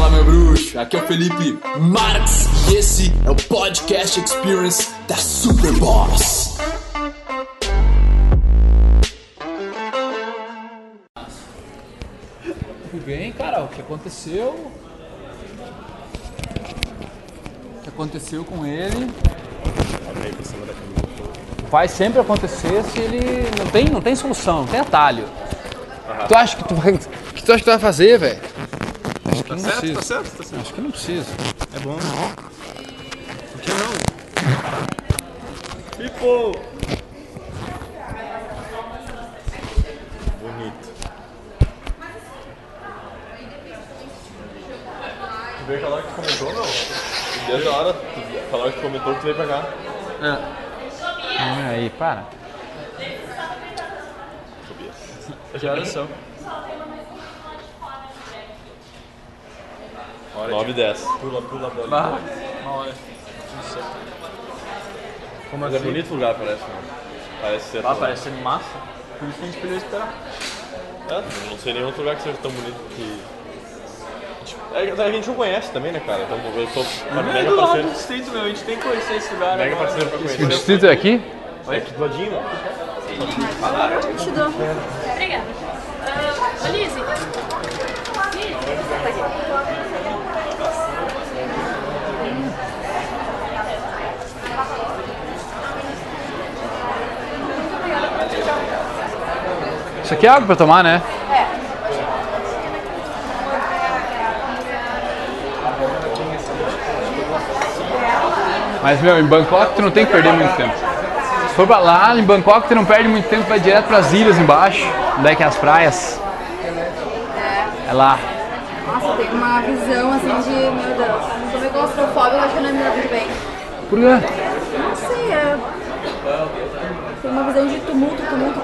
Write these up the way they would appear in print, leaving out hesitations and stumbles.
Fala, meu bruxo, aqui é o Felipe Marques e esse é o Podcast Experience da Superboss. Tudo bem, cara? O que aconteceu? O que aconteceu com ele? Vai sempre acontecer se ele não tem solução, não tem atalho. O que tu acha que tu vai fazer, velho? Acho que Tá não certo, precisa. tá certo, tá certo. Acho que não precisa. É bom. Por que não? Pipo! Bonito. Tu veio aquela hora que tu comentou, não? Desde a hora, aquela hora que tu comentou que tu veio pra cá. Aí, para. Que horas são? 9h10. Pula a bola. Uma hora. Como assim? É bonito o lugar, parece, né? Parece ser. Parece ser massa. Por isso que a gente queria esperar. Não sei nenhum outro lugar que seja tão bonito que... a gente não conhece também, né, cara? Então eu sou mega do lado parceiro. do distrito, meu. A gente tem que conhecer esse lugar. Mega agora. parceiro pra O conhecer. distrito é aqui? É aqui do ladinho, mano. Eu te dou. Obrigada. Lizzy. Isso aqui é água pra tomar, né? Mas, meu, em Bangkok tu não tem que perder muito tempo. Se for pra lá, em Bangkok tu não perde muito tempo, vai direto pras ilhas embaixo, onde é que é as praias. É lá. Nossa, tem uma visão assim de, meu Deus, não sou meio claustrofóbica, eu acho que eu não me lembro muito bem. Por quê? Não sei, tem uma visão de tumulto.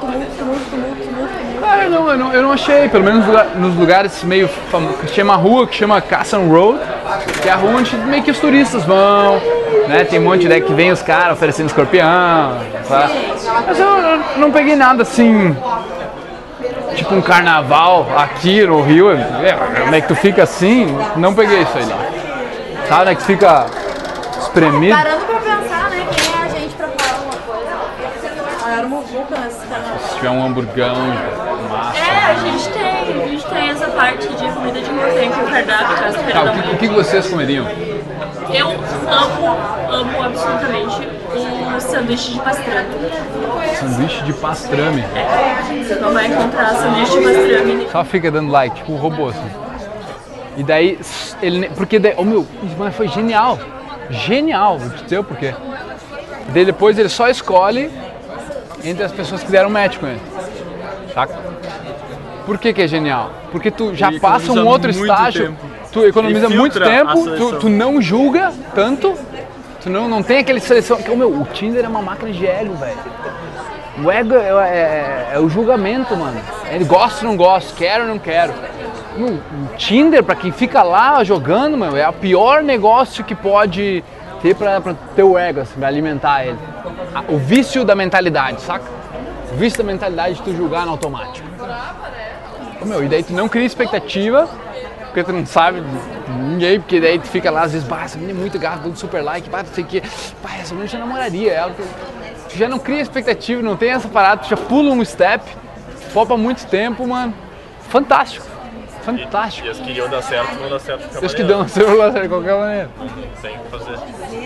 Ah, eu não achei, pelo menos nos lugares meio famosos, chama rua, que chama Kassan Road, que é a rua onde meio que os turistas vão, né? Tem um monte de que vem os caras oferecendo escorpião, sabe? Mas eu não peguei nada assim, tipo um carnaval aqui no Rio, como é que tu fica assim? Não peguei isso aí lá. Sabe, né, que tu fica espremido? Parando pra pensar, né, quem é a gente pra falar alguma coisa. Era uma boca nesse canal. Se tiver um hamburgão, massa. A gente tem essa parte de comida de montanha, que é o cardápio, que é as Tá, o que vocês comeriam? Eu amo absolutamente o sanduíche de pastrame. Sanduíche de pastrame. Você não vai encontrar sanduíche de pastrame. Só fica dando like, tipo um robô assim. E daí, porque daí, mas foi genial. Genial, vou te dizer o porquê. Daí depois ele só escolhe entre as pessoas que deram match com ele. Saca? Por que é genial? Porque tu já passa um outro estágio, tu economiza muito tempo, tu não julga tanto, tu não tem aquele seleção. O Tinder é uma máquina de ego, velho. O ego é o julgamento, mano. Ele gosta ou não gosta, quero ou não quero. O Tinder, pra quem fica lá jogando, mano, é o pior negócio que pode ter pra ter o ego, assim, pra alimentar ele. O vício da mentalidade, saca? O vício da mentalidade de tu julgar no automático. E daí tu não cria expectativa, porque tu não sabe de ninguém, porque daí tu fica lá, às vezes, essa menina é muito gata, dando super like, não sei o que, essa menina já namoraria, tu já não cria expectativa, não tem essa parada, tu já pula um step, popa muito tempo, mano, fantástico. Fantástico. E as que iriam dar certo, vão dar certo de qualquer Os que maneira. dão certo de qualquer maneira. Tem que fazer.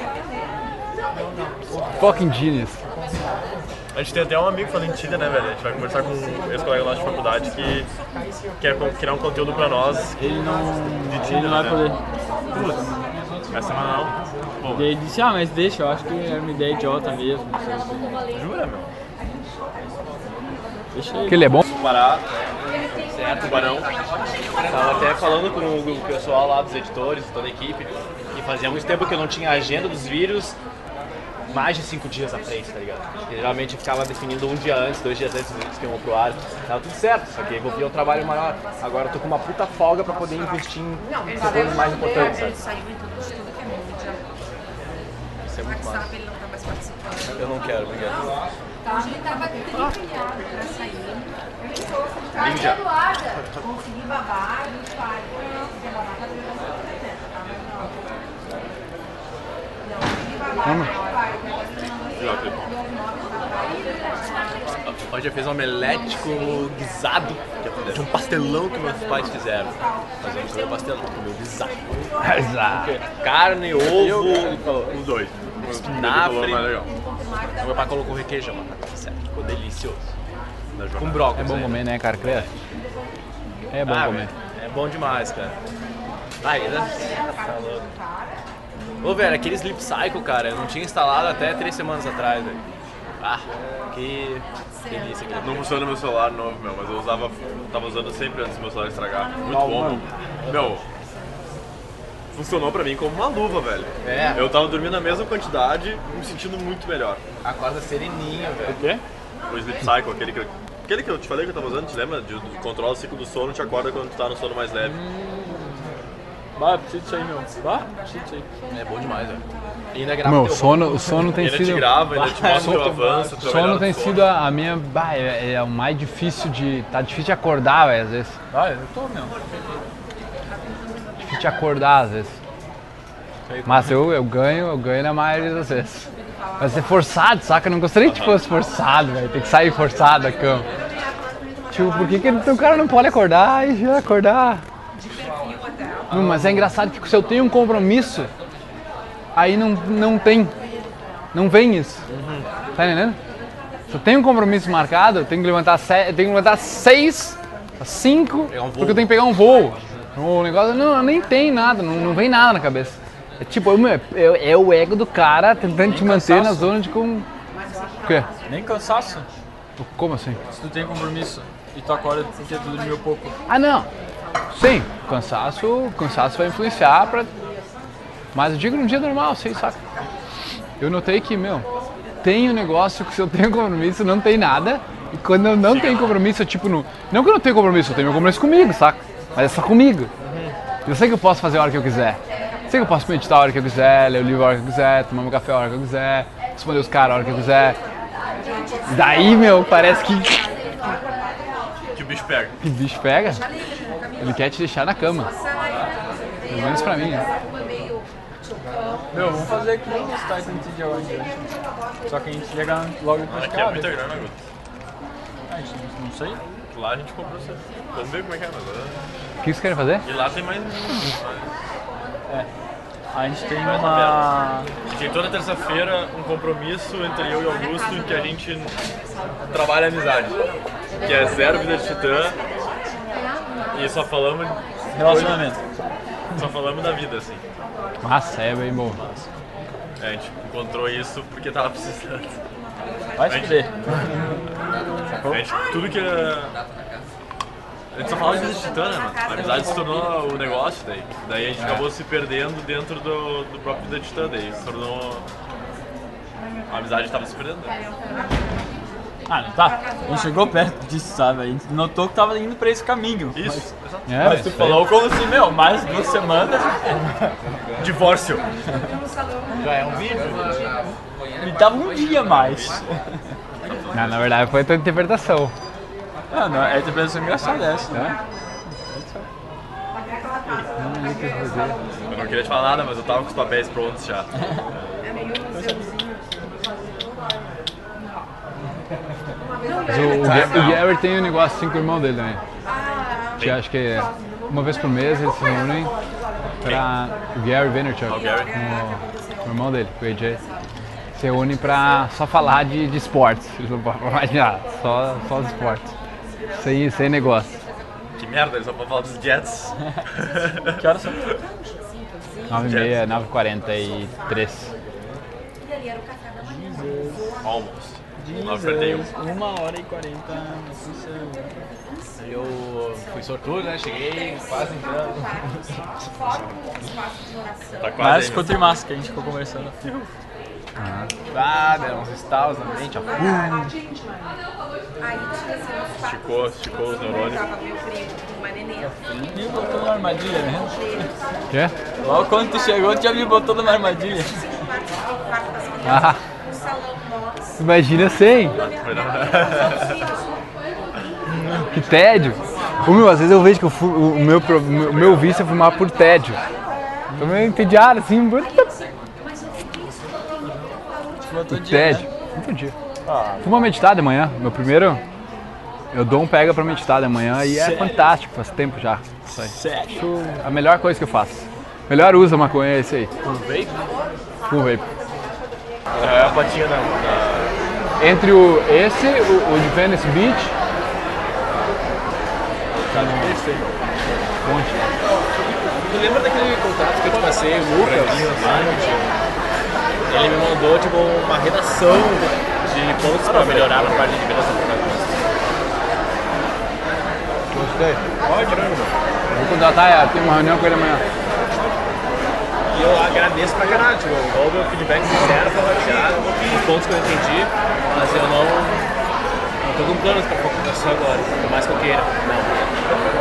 Fucking genius. A gente tem até um amigo falando em Tinder, né, velho? A gente vai conversar com um ex-colega nosso de faculdade que quer criar um conteúdo pra nós. Ele não vai poder. Essa semana não. Ele disse, mas deixa, eu acho que era uma ideia idiota mesmo. Jura, meu? Deixa ele. Que ele é bom. Pará, certo, Barão. Tava até falando com o pessoal lá dos editores, toda a equipe, e fazia muito tempo que eu não tinha agenda dos vídeos mais de 5 dias à frente, tá ligado? Porque geralmente eu ficava definindo um dia antes, 2 dias antes dos vídeos que iam pro ar. Tava tudo certo, só que envolvia um trabalho maior. Agora eu tô com uma puta folga pra poder investir em coisas mais importantes, sabe? Saiu em tudo de tudo que é mídia. Isso é muito massa. WhatsApp, ele não tá mais participando. Eu não quero, obrigado. Hoje ele tava trilhado pra sair. Ninja. Consegui babar, e o pai. Vamos. Hoje eu fiz um omelete com guisado de um pastelão que meus pais fizeram. Mas eu não comi pastelão, comi guisado. Exato. Carne, ovo, os dois. Espinafre. Meu pai colocou requeijão, certo? Ficou delicioso. Com brócolis. É bom comer, né, cara? Credo. É bom comer. É bom demais, cara. Ainda. Tá louco. Ô, velho, aquele Sleep Cycle, cara, eu não tinha instalado até 3 semanas atrás, velho. Ah, que delícia aquele. Não funciona meu celular novo, meu, mas eu tava usando sempre antes do meu celular estragar. Muito bom, meu. Funcionou pra mim como uma luva, velho. É. Eu tava dormindo a mesma quantidade, me sentindo muito melhor. Acorda sereninho, velho. O quê? O Sleep Cycle, aquele que eu te falei que eu tava usando, te lembra? Controla o ciclo do sono, te acorda quando tu tá no sono mais leve. Bah, preciso disso aí, meu. Bah, preciso disso aí. É bom demais, velho. E ainda grava Meu, teu o sono tem Ele sido... te grava, ele te mostra o teu avanço, O sono tem sido a minha... Bah, é o mais difícil de... Tá difícil de acordar, velho, às vezes. Ah, eu tô, meu. Difícil de acordar, às vezes. Mas eu ganho na maioria das vezes. Vai ser forçado, saca? Eu não gostaria que fosse forçado, velho. Tem que sair forçado da cama. Tipo, por que o cara não pode acordar e já acordar? Não, mas é engraçado que se eu tenho um compromisso, aí não tem. Não vem isso. Tá entendendo? Se eu tenho um compromisso marcado, eu tenho que levantar 6, 5, porque eu tenho que pegar um voo. O negócio não nem tem nada, não vem nada na cabeça. É tipo, é o ego do cara tentando te manter na zona de como... O quê? Nem cansaço. Como assim? Se tu tem compromisso e tu acorda porque tu dormiu pouco. Ah, não. Sim, cansaço vai influenciar pra... Mas eu digo num dia normal, sim, saca? Eu notei que, tem um negócio que se eu tenho compromisso não tem nada. E quando eu não tenho compromisso, eu tipo, não que eu não tenho compromisso, eu tenho meu compromisso comigo, saca? Mas é só comigo. Eu sei que eu posso fazer a hora que eu quiser. Sei que eu posso meditar a hora que eu quiser, ler o livro a hora que eu quiser, tomar meu café a hora que eu quiser, responder os caras a hora que eu quiser. Daí, parece que... Que o bicho pega. Que bicho pega? Ele quer te deixar na cama. Pelo menos pra mim, né? Meu, vamos fazer aqui um Titan de hoje. Só que a gente chega logo depois de Aqui é casa. muita grana, Guto. Ah, gente, não sei. Lá a gente comprou você. Vamos ver como é que é, mas... O que vocês querem fazer? E lá tem mais... A gente tem uma... A gente tem toda terça-feira um compromisso entre eu e o Augusto em que a gente trabalha a amizade. Que é 0 vida de titã e só falamos... Relacionamento. Só falamos da vida, assim. Massa, é bem bom. A gente encontrou isso porque tava precisando. Vai se ver. A gente, tudo que... A gente só falava de vida de titã, né, mano? A amizade se tornou o negócio daí. Daí a gente acabou se perdendo dentro do próprio vida de titã, daí se tornou... A amizade tava se perdendo. Ah, não tá. A gente chegou perto disso, sabe? A gente notou que tava indo pra esse caminho. Isso. Mas tu falou como se, mais 2 semanas... Divórcio. Já é um vídeo? E tava um dia mais. Não, na verdade foi a tua interpretação. Ah, não, é a interpretação engraçada essa, né? Eu não queria te falar nada, mas eu tava com os papéis prontos já. Mas o Gary tem um negócio assim com o irmão dele também. Que acho que uma vez por mês eles se reúnem pra... O Gary Vaynerchuk, O Gary. o irmão dele, o AJ. Se reúnem pra só falar de esportes. Eles não podem imaginar, só os esportes. Sem negócio. Que merda, eles só podem falar dos Jets. Que horas são? 9h30, 9h43. Almost. 9h41. 1h40. Eu fui sortudo, né? Cheguei quase entrando. Tá quase Mas aí, ficou trimassa, a gente ficou conversando. Ah, deram uns estalos na mente, ó. Esticou os neurônios. Me botou numa armadilha, né? Quê? Logo quando tu chegou, tu já me botou numa armadilha. Ah, imagina sem. Que tédio. Às vezes eu vejo que o meu vício é fumar por tédio. Tô meio entediado assim. fuma todo O dia, TED. né? Muito dia. Fuma meditar de manhã. Meu primeiro. Eu dou um pega pra meditar de manhã e é fantástico, faz tempo já. Isso aí. Sério? A melhor coisa que eu faço. Melhor uso a maconha é esse aí. Um vape? Com vape. É a patinha da... Entre esse, o de Venice Beach. Ponte. Tu lembra daquele contato que eu te passei, o Lucas? Ele me mandou tipo uma redação de pontos pra melhorar na parte de liberação de protagonista. Gostei. Pode, né? Vou contratar, tem uma reunião com ele amanhã. E eu agradeço pra caralho, tipo, dou o meu feedback sincero, falar os pontos que eu entendi, mas eu não tô com planos pra comunicação agora, por mais que eu queira. Não.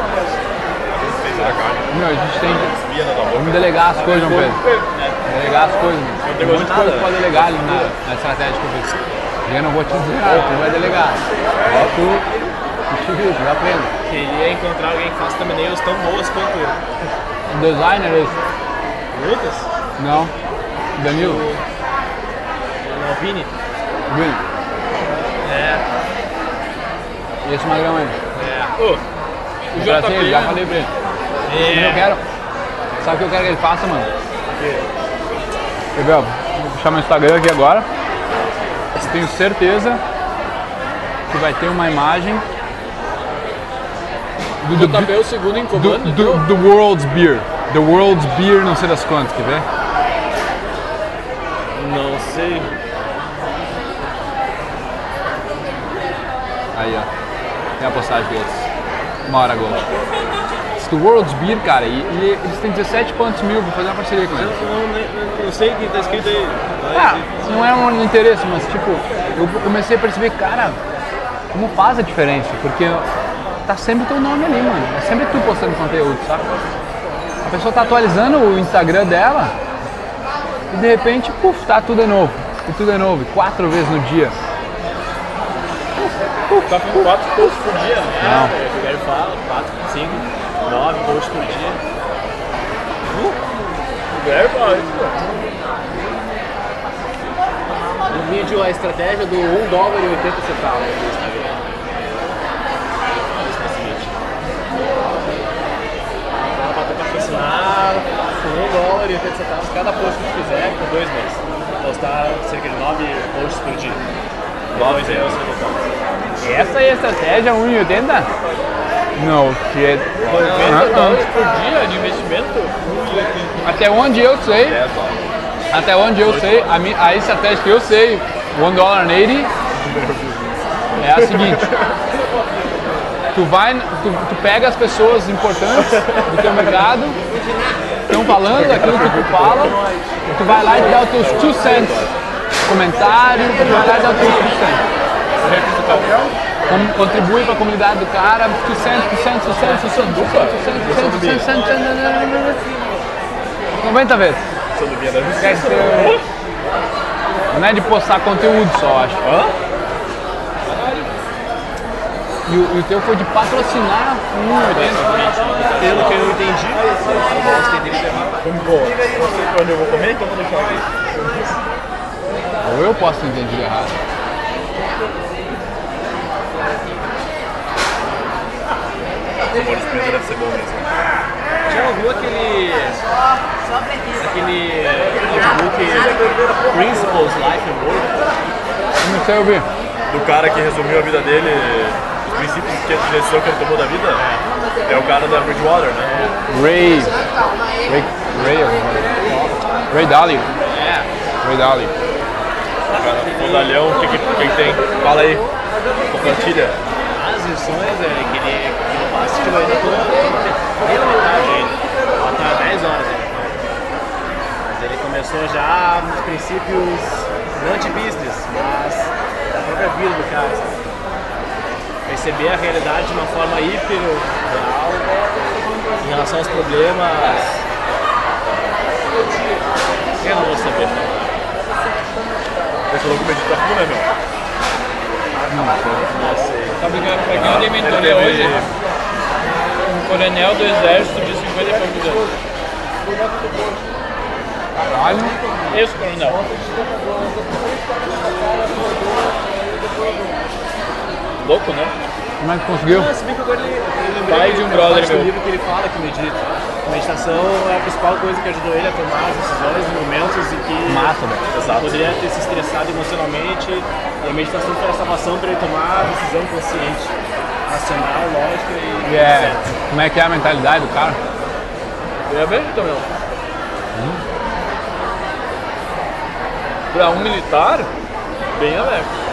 Meu, a gente tem que delegar as coisas, João Pedro. Delegar as coisas. Tem um monte de coisa pra delegar ali na estratégia que eu fiz. Eu não vou te dizer nada, tu vai delegar. Tu te aprende. Queria encontrar alguém que faça thumbnails tão boas quanto eu. Um designer esse. Lucas? Não. Danilo. Não, Vini? Vini. É. E esse magrão aí? É. O JP, já falei pra ele. Eu quero. Sabe o que eu quero que ele faça, mano? Quer ver, ó? Vou puxar meu Instagram aqui agora. Tenho certeza que vai ter uma imagem do JP é o segundo em comando. do World's Beer. The World's Beer, não sei das quantas, quer ver? Não sei. Aí, ó. Tem a postagem deles. Uma hora agora. Do World's Beer, cara, e eles têm 17 pontos mil pra fazer uma parceria com eles. Eu sei o que tá escrito aí. Não é um interesse, mas tipo, eu comecei a perceber, cara, como faz a diferença, porque tá sempre teu nome ali, mano. É sempre tu postando conteúdo, sabe? A pessoa tá atualizando o Instagram dela e de repente, puf, tá tudo de novo. E tudo de novo, 4 vezes no dia. Tá com 4 posts por dia, né? Não. O Guilherme fala, 4, 5, 9 posts por dia. O Guilherme fala isso, pô. No vídeo, a estratégia do $1,80 no Instagram. Ela vai tentar patrocinar com $1,80 cada post que tu fizer por 2 meses. Postar cerca de 9 posts por dia. 9 euros no total. Essa aí é a estratégia 1,80? Não, que $90 por dia de investimento? Até onde eu sei, a estratégia que eu sei, $1.80 é a seguinte. Tu pega as pessoas importantes do teu mercado, estão falando aquilo que tu fala, tu vai lá e dá os teus 2 cents, comentário, tu vai lá e dá os teus 2 cents. Contribui para a comunidade do cara, 2 cents, 90 vezes. Não é de postar conteúdo só, acho. E o teu foi de patrocinar Pelo que eu entendi, foi boa. Não sei pra onde eu vou comer, então vou deixar aqui. Ou eu posso ter entendido errado. O sabor de pizza deve ser bom mesmo. Já ouviu aquele audiobook Principles, Life and Work? Não sei ouvir. Do cara que resumiu a vida dele, os princípios de decisão que ele tomou da vida, é o cara da Bridgewater, né? Ray Dalio. Ray Dalio. O cara fodalhão, o que tem? Fala aí, compartilha. As lições que ele passa, tipo, eu ainda tô na metade ainda, falta 10 horas ainda. Mas ele começou já nos princípios não de business, mas da própria vida do cara, sabe? Perceber a realidade de uma forma hiper real em relação aos problemas. Eu não vou saber falar. Você falou que o Medito tá full, né, meu? Não sei. Sabe pra quem eu dei mentoria hoje? Um coronel do exército de 50 e poucos anos. Caralho. Esse coronel. Louco, né? Como é que conseguiu? Se bem que agora ele pai de um brother meu. Livro que ele fala que meditação é a principal coisa que ajudou ele a tomar as decisões em momentos em que Massa, velho. poderia ter se estressado emocionalmente, e a meditação foi a salvação para ele tomar a decisão consciente, racional, lógica e Como é que é a mentalidade do cara? Ele é bem também. Pra um militar, bem aberto.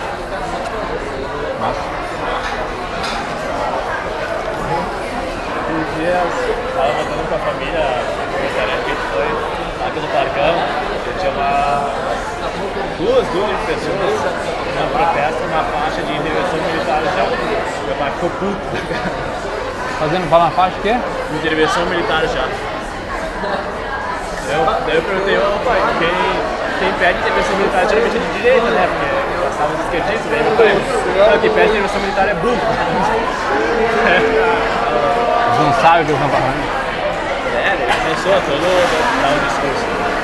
Estava voltando com a família, no restaurante que a gente foi lá pelo Parcão, tinha duas pessoas num protesto numa faixa de intervenção militar já. Meu pai ficou puto. Fazendo uma faixa o quê? Intervenção militar já. Daí eu perguntei, pai, quem pede intervenção militar geralmente é de direita, né? Porque passava os esquerdistas, daí meu pai, quem pede intervenção militar é burro. Não sabe o que eles estão falando. Ele começou a dar um discurso.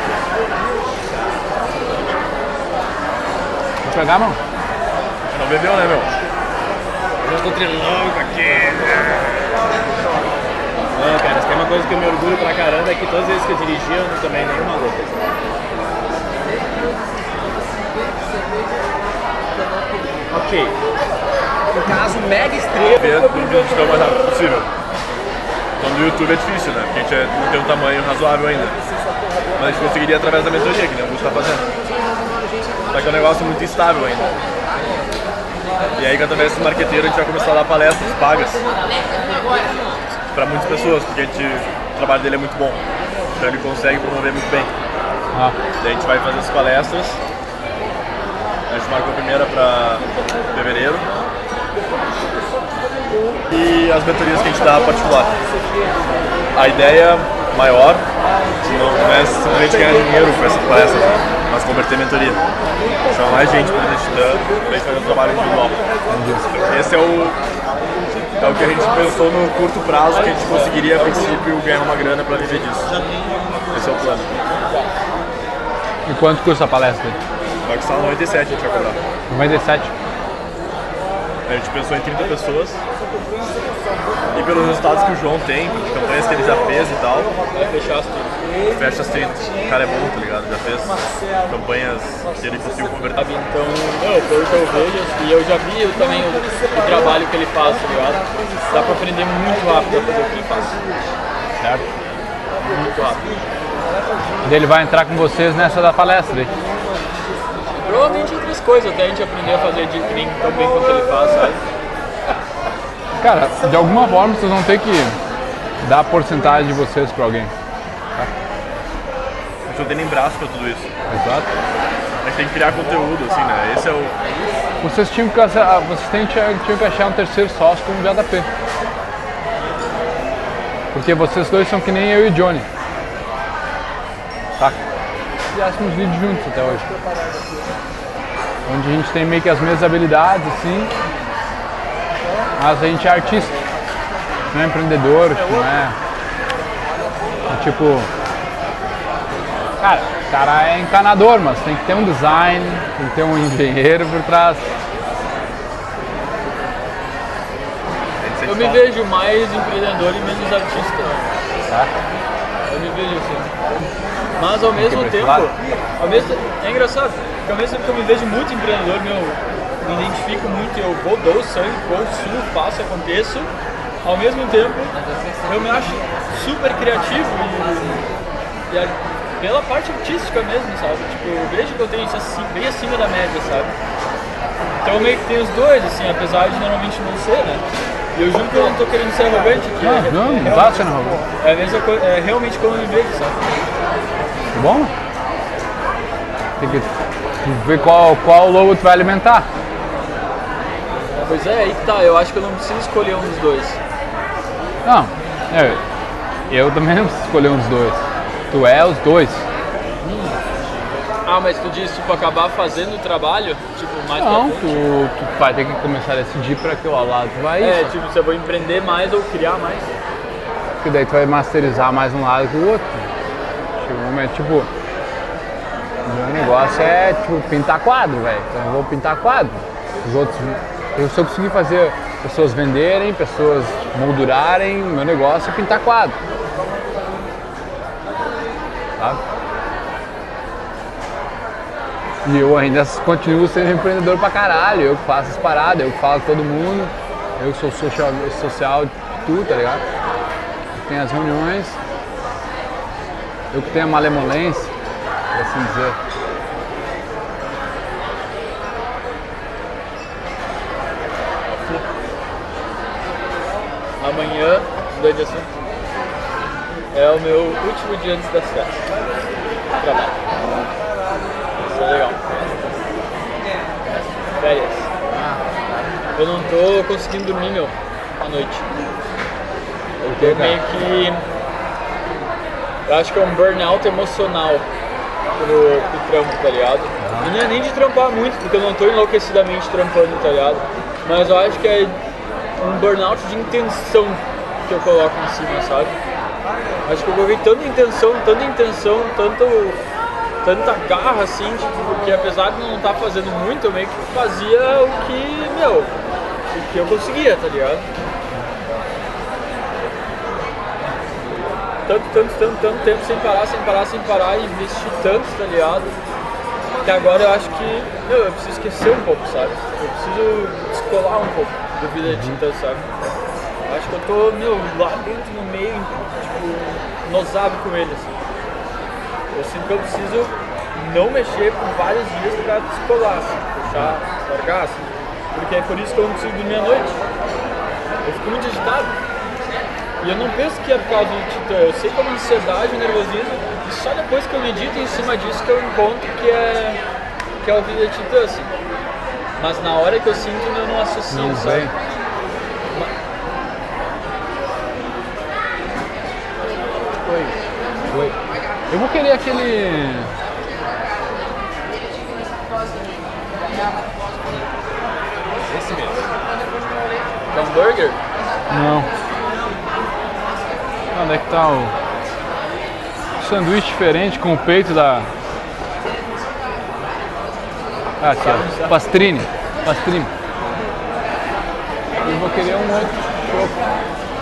Vou pegar, mano. Não bebeu, né, meu? Eu tô trilando aqui. Não, cara, se tem uma coisa que eu me orgulho pra caramba é que todas as vezes que eu dirigi eu não tomei nenhuma gota. Ok. Um caso mega extremo. Ver no vídeo o mais rápido possível. Então no YouTube é difícil, né? Porque a gente não tem um tamanho razoável ainda. Mas a gente conseguiria através da mentoria, que nem o Augusto está fazendo. Só que é um negócio muito instável ainda. E aí, através desse marqueteiro, a gente vai começar a dar palestras pagas para muitas pessoas, porque o trabalho dele é muito bom. Então ele consegue promover muito bem. Daí a gente vai fazer as palestras. A gente marcou a primeira para fevereiro. E as mentorias que a gente dá particular. A ideia maior não é simplesmente ganhar dinheiro com essa palestra, mas converter em mentoria. Chamar mais gente para a gente fazer um trabalho individual. Esse é o que a gente pensou no curto prazo, que a gente conseguiria, a princípio, ganhar uma grana para viver disso. Esse é o plano. E quanto custa a palestra? Vai custar 97, a gente vai cobrar. 97? A gente pensou em 30 pessoas. E pelos resultados que o João tem, de campanhas que ele já fez e tal, Vai fechar as 30. fecha as 30. O cara é bom, tá ligado? Já fez campanhas que ele conseguiu converter. Então, pelo que eu vejo, e eu já vi também o trabalho que ele faz, tá ligado? Dá pra aprender muito rápido a fazer o que ele faz. Certo? Muito rápido. Ele vai entrar com vocês nessa da palestra aí. Provavelmente outras coisas, até a gente aprender a fazer de que nem tão bem quanto ele faz, sabe? Cara, de alguma forma vocês vão ter que dar a porcentagem de vocês pra alguém. A gente não tem nem braço pra tudo isso. Exato. A gente tem que criar conteúdo, assim, né? Esse é o... Vocês tinham que achar um terceiro sócio como o JP. Porque vocês dois são que nem eu e o Johnny. Saca? Fizéssemos vídeos juntos até hoje. Onde a gente tem meio que as mesmas habilidades, assim. Mas a gente é artista. Não é empreendedor, não é... Tipo... Cara, o cara é encanador, mas tem que ter um design, tem que ter um engenheiro por trás. Eu me vejo mais empreendedor e menos artista. Eu me vejo assim. Mas ao mesmo tempo, é engraçado, porque ao mesmo tempo que eu me vejo muito empreendedor, me identifico muito, eu vou, dou sangue, suo, faço, aconteço. Ao mesmo tempo, eu me acho super criativo e pela parte artística mesmo, sabe? Tipo, eu vejo que eu tenho isso assim, bem acima da média, sabe? Então eu meio que tenho os dois, assim, apesar de normalmente não ser, né? E eu juro que eu não tô querendo ser arrogante aqui. Não tá sendo arrogante. É a mesma coisa, é realmente como eu me vejo, sabe? Bom? Tem que ver qual logo tu vai alimentar. Pois é, aí que tá, eu acho que eu não preciso escolher um dos dois. Não, eu também não preciso escolher um dos dois. Tu é os dois. Ah, mas tu disse, tipo, acabar fazendo o trabalho, tipo, mais Não, pra frente? tu vai ter que começar a decidir pra que lado tu vai ir. É, tipo, se eu vou empreender mais ou criar mais. Porque daí tu vai masterizar mais um lado que o outro. Chega um momento, tipo, o meu negócio é, tipo, pintar quadro, velho. Então eu vou pintar quadro. Os outros, se eu conseguir fazer pessoas venderem, pessoas moldurarem, meu negócio é pintar quadro. Sabe? E eu ainda continuo sendo empreendedor pra caralho. Eu que faço as paradas, eu que falo com todo mundo. Eu que sou social de tudo, tá ligado? Eu tenho as reuniões. Eu que tenho a malemolência, por assim dizer. Amanhã, mudando de assunto, é o meu último dia antes das festas. Trabalho. Isso é legal. Férias. Eu não tô conseguindo dormir, meu, à noite. Eu tô meio que... Eu acho que é um burnout emocional pro trampo, tá ligado? E não é nem de trampar muito, porque eu não tô enlouquecidamente trampando, tá ligado? Mas eu acho que é um burnout de intenção que eu coloco em cima, sabe? Acho que eu coloquei tanta intenção, tanta garra, assim, tipo, que apesar de não estar fazendo muito, eu meio que fazia o que eu conseguia, tá ligado? Tanto tempo sem parar e investir tanto, tá ligado? Que agora eu acho que, eu preciso esquecer um pouco, sabe? Eu preciso descolar um pouco do Vida de Titã, sabe? Acho que eu tô, lá dentro no meio, tipo, nosado com ele, assim. Eu sinto que eu preciso não mexer por vários dias pra descolar, assim, puxar, largar, assim. Porque é por isso que eu não consigo dormir à noite. Eu fico muito agitado. E eu não penso que é por causa do Titã, eu sei que é uma ansiedade, um nervosismo, e só depois que eu medito em cima disso que eu encontro que é o Vida de Titã, assim. Mas na hora que eu sinto, eu não associo, não, sabe? Oi. Eu vou querer aquele... Esse mesmo. É um burger? Não. Onde é que tá o sanduíche diferente com o peito da... Ah, aqui, ó. Pastrine. Eu vou querer um outro choco.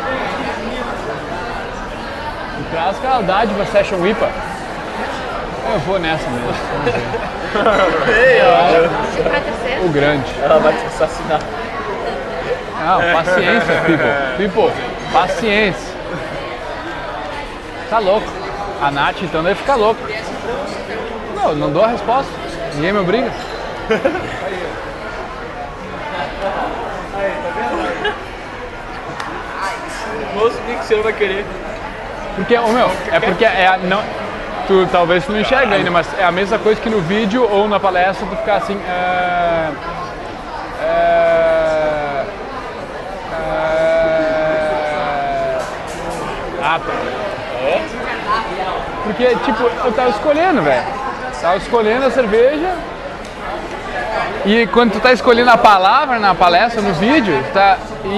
E traz aquela dádiva Session IPA. Eu vou nessa mesmo. Vamos ver. O grande. Ela vai te assassinar. Não, paciência, people, paciência. Tá louco. A Nath então deve ficar louca. Não dou a resposta. Ninguém me obriga. Moço, o que você não vai querer? Porque, não, talvez tu não enxerga ainda, mas é a mesma coisa que no vídeo ou na palestra tu ficar assim. Porque, tipo, eu tava escolhendo, velho. Tava escolhendo a cerveja. E quando tu tá escolhendo a palavra na palestra, no vídeo, tá.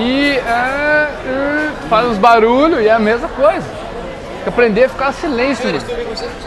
Faz uns barulhos e é a mesma coisa. Tem que aprender a ficar em silêncio, mano. Cara,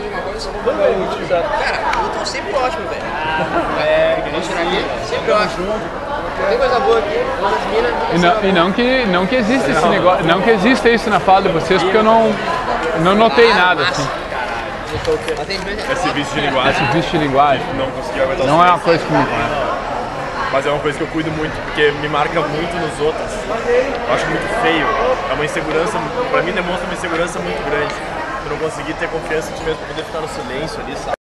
eu tô sempre ótimo, velho. Sempre ótimo. Tem coisa boa aqui. Não que exista esse negócio, não que exista isso na fala de vocês, porque eu não notei nada assim. Esse vício de linguagem. Não consegui aguentar. Não é uma coisa que me... Mas é uma coisa que eu cuido muito, porque me marca muito nos outros. Eu acho muito feio. É uma insegurança, pra mim demonstra uma insegurança muito grande. Tu não conseguir ter confiança em ti mesmo, pra poder ficar no silêncio ali, sabe?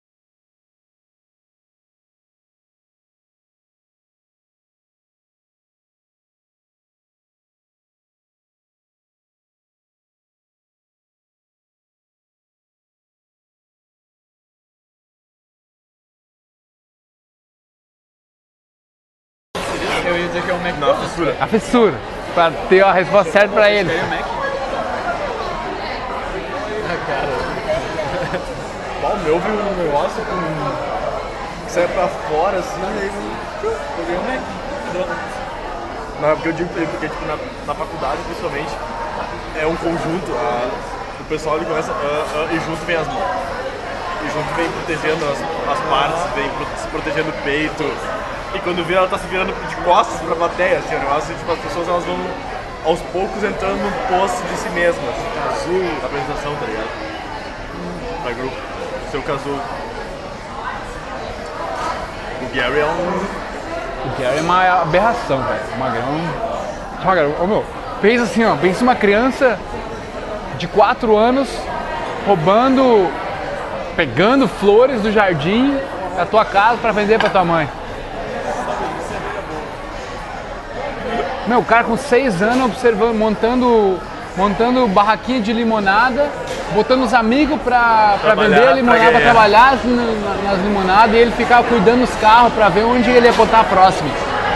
Eu ia dizer que é um Mac. Na fissura. A fissura, pra ter a resposta certa pra ele. O meu viu um negócio que sai pra fora assim, e aí eu ganhei um Mac. Não, porque eu digo porque tipo, na faculdade, principalmente, é um conjunto. O pessoal ele começa e junto vem as mãos. E junto vem protegendo as partes, vem se protegendo o peito. E quando vira, ela tá se virando de costas pra plateia, assim, o negócio, tipo, as pessoas elas vão aos poucos entrando num poço de si mesmas. Azul, da apresentação, tá ligado? Pra grupo, seu casulo. O Gary é O Gary é uma aberração, velho. O Magrão. Ô meu, pensa assim, ó, pensa uma criança de 4 anos roubando, pegando flores do jardim da tua casa pra vender pra tua mãe. Meu, o cara com 6 anos observando, montando barraquinha de limonada, botando os amigos pra vender a limonada, pra trabalhar nas limonadas, e ele ficava cuidando dos carros pra ver onde ele ia botar a próxima.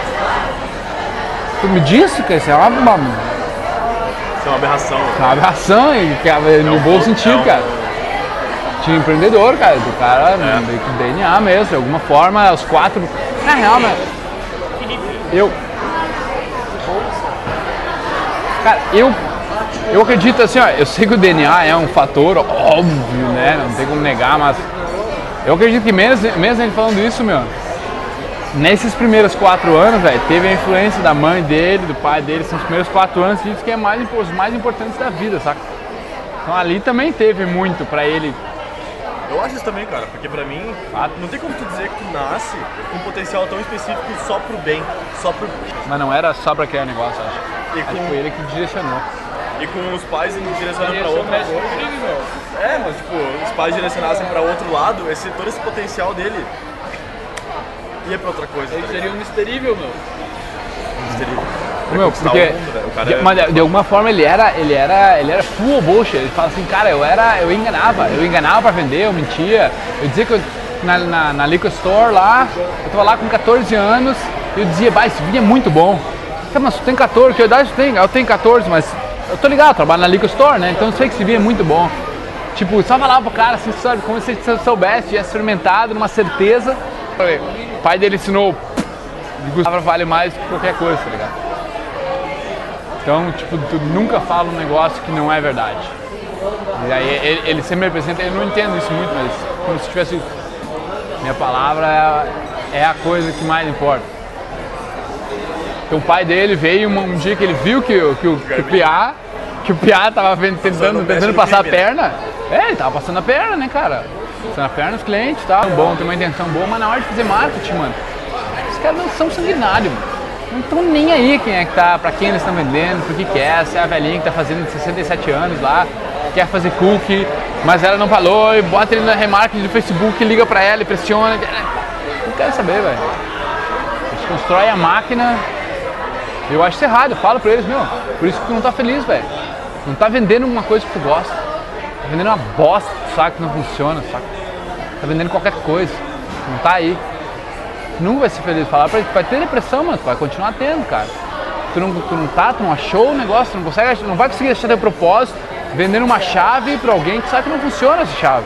Tu me disse que isso é uma aberração. É uma aberração, no bom sentido, cara. Tinha empreendedor, cara, do cara meio que DNA mesmo, de alguma forma, os 4. Na real, mas Cara, eu acredito assim, ó, eu sei que o DNA é um fator óbvio, né, não tem como negar, mas eu acredito que mesmo ele falando isso, meu, nesses primeiros 4 anos, velho, teve a influência da mãe dele, do pai dele, são os primeiros 4 anos que diz que é os mais importantes da vida, saca? Então ali também teve muito pra ele. Eu acho isso também, cara, porque pra mim, não tem como tu dizer que tu nasce com um potencial tão específico só pro bem, só pro... Mas não era só pra aquele negócio, acho. Acho que foi ele que direcionou. E com os pais direcionando pra outro lado. Mas tipo, os pais direcionassem pra outro lado, todo esse potencial dele ia pra outra coisa. Ele seria um misterível, meu. Misterível. Meu, porque mas de alguma forma ele era full bullshit. Ele fala assim, cara, eu enganava pra vender, eu mentia. Eu dizia que na liquor store lá, eu tava lá com 14 anos, e eu dizia, esse vinho é muito bom. Mas tu tem 14, que idade tu tem? Eu tenho 14, mas eu tô ligado, eu trabalho na liquor store, né? Então eu sei que esse vinho é muito bom. Tipo, só falava pro cara assim, sabe, como se ele soubesse, tivesse experimentado, numa certeza. O pai dele ensinou, Gustavo vale mais que qualquer coisa, tá ligado? Então, tipo, tu nunca fala um negócio que não é verdade. E aí ele sempre me apresenta, eu não entendo isso muito, mas como se tivesse... Minha palavra é a coisa que mais importa. Então o pai dele veio um dia que ele viu que o Piá tava tentando passar a perna. Ele tava passando a perna, né, cara? Passando a perna dos clientes, tá? Bom, tem uma intenção boa, mas na hora de fazer marketing, mano, os caras não são sanguinários, mano. Não estão nem aí quem é que tá, pra quem eles estão vendendo, por que quer, se é a velhinha que tá fazendo 67 anos lá, quer fazer cookie, mas ela não falou, e bota ele na remarketing do Facebook, liga pra ela e pressiona. Não quero saber, velho. Eles constroem a máquina. Eu acho isso errado, eu falo pra eles, meu, por isso que tu não tá feliz, velho. Não tá vendendo uma coisa que tu gosta. Tá vendendo uma bosta, sabe, que não funciona, sabe? Tá vendendo qualquer coisa. Não tá aí. Tu nunca vai ser feliz. Falar pra ele, vai ter depressão, mano, tu vai continuar tendo, cara. Tu não achou o negócio, tu não consegue, não vai conseguir achar teu propósito vendendo uma chave pra alguém que sabe que não funciona essa chave.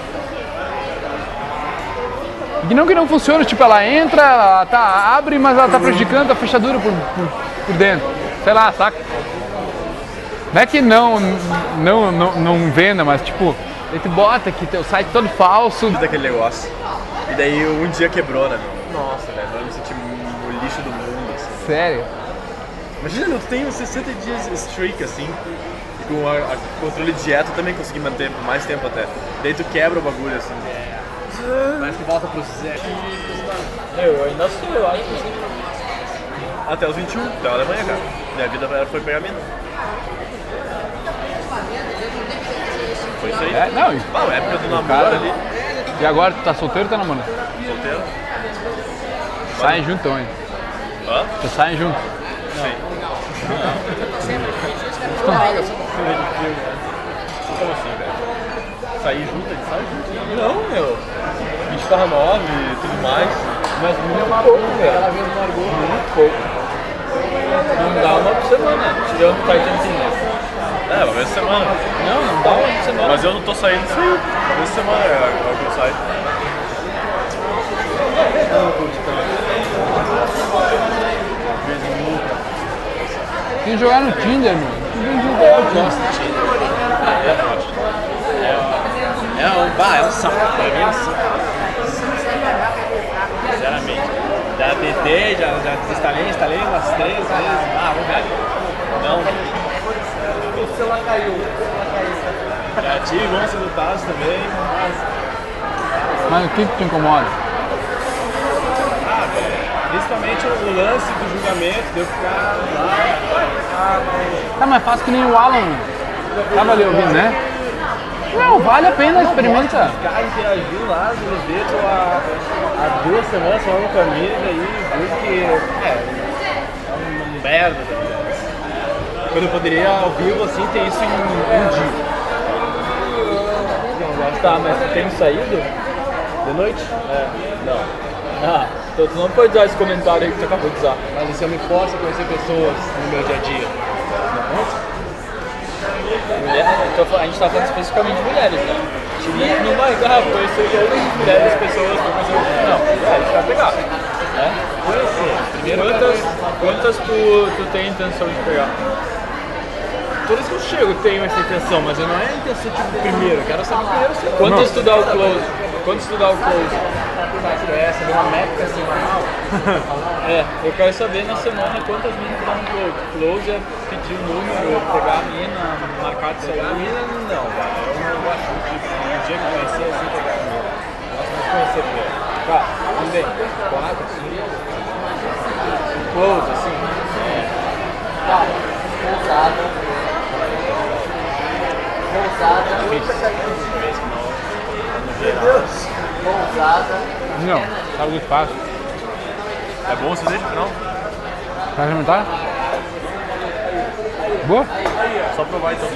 E não que não funciona, tipo, ela entra, ela abre, mas ela tá prejudicando a fechadura por dentro. Sei lá, saca? Não é que não venda, mas tipo, ele te bota aqui, teu site todo falso. Daquele negócio. E daí um dia quebrou, né, meu? Nossa, velho, eu me senti o lixo do mundo, assim. Sério? Imagina, eu tenho 60 dias streak, assim, e com o controle de dieta eu também consegui manter por mais tempo até. Daí tu quebra o bagulho, assim. Parece que volta pro Zé. Eu ainda sou, eu acho. Até os 21, até a Alemanha, cara. Minha vida foi pegamento. Foi isso aí. Não, a época do namoro ali. E agora, tu tá solteiro ou tá namorando? Solteiro. Saem junto, hein? Hã? Vocês saem junto? Sim. Como assim, velho? Sair junto? A gente sai junto? Não, meu. A gente ficava 9 e tudo mais. Mas muito pouco, velho. Muito pouco. Não dá uma por semana. Tirando o Titan Team. Uma vez por semana. Não dá uma por semana. Mas eu não tô saindo sem. Uma vez por semana é o que eu saio. Tem que jogar no Tinder, mano. Eu gosto de Tinder. É É um saco, pra mim é um saco. Sinceramente. Já tentei, já instalei umas 3 vezes. Não. O celular caiu. Já tive bons resultados também, Mas o que te incomoda? principalmente o lance do julgamento, de eu ficar lá. Tá, mas faz que nem o Alan. Tava ali ouvindo, né? Não, vale a pena, experimenta. O cara interagiu lá no dedo há 2 semanas falando com a amiga e viu que é uma merda. Quando eu poderia ao vivo assim ter isso em um dia. Tá, mas tu tem saído? De noite? Não. Ah, então tu não pode usar esse comentário aí que tu acabou de usar. Mas se eu me forço a conhecer pessoas no meu dia a dia. A gente tá falando especificamente de mulheres, né? Não vai conhecer todas as mulheres, as pessoas, não, a gente vai pegar. Né? Conhecer. Primeiro quantas tu tem intenção de pegar? todas que eu chego tenho essa intenção, mas eu não é a intenção tipo primeiro, eu quero saber primeiro se Quantas tu dá o close? Quantas tu dá o close? essa, uma métrica semanal. Eu quero saber na semana quantas minas tu dá um close. Close é pedir o número, pegar a mina, marcar de sair. A mina não, cara, eu não acho que o dia que eu conhecer assim pegar a mina. Eu gosto de conhecer primeiro. Tá, tudo bem. 4, 5. Close, assim. Tá, pousada. Pousada. Não, sabe o que faz? É bom você deixa não? Vai experimentar? Boa? Só provar então.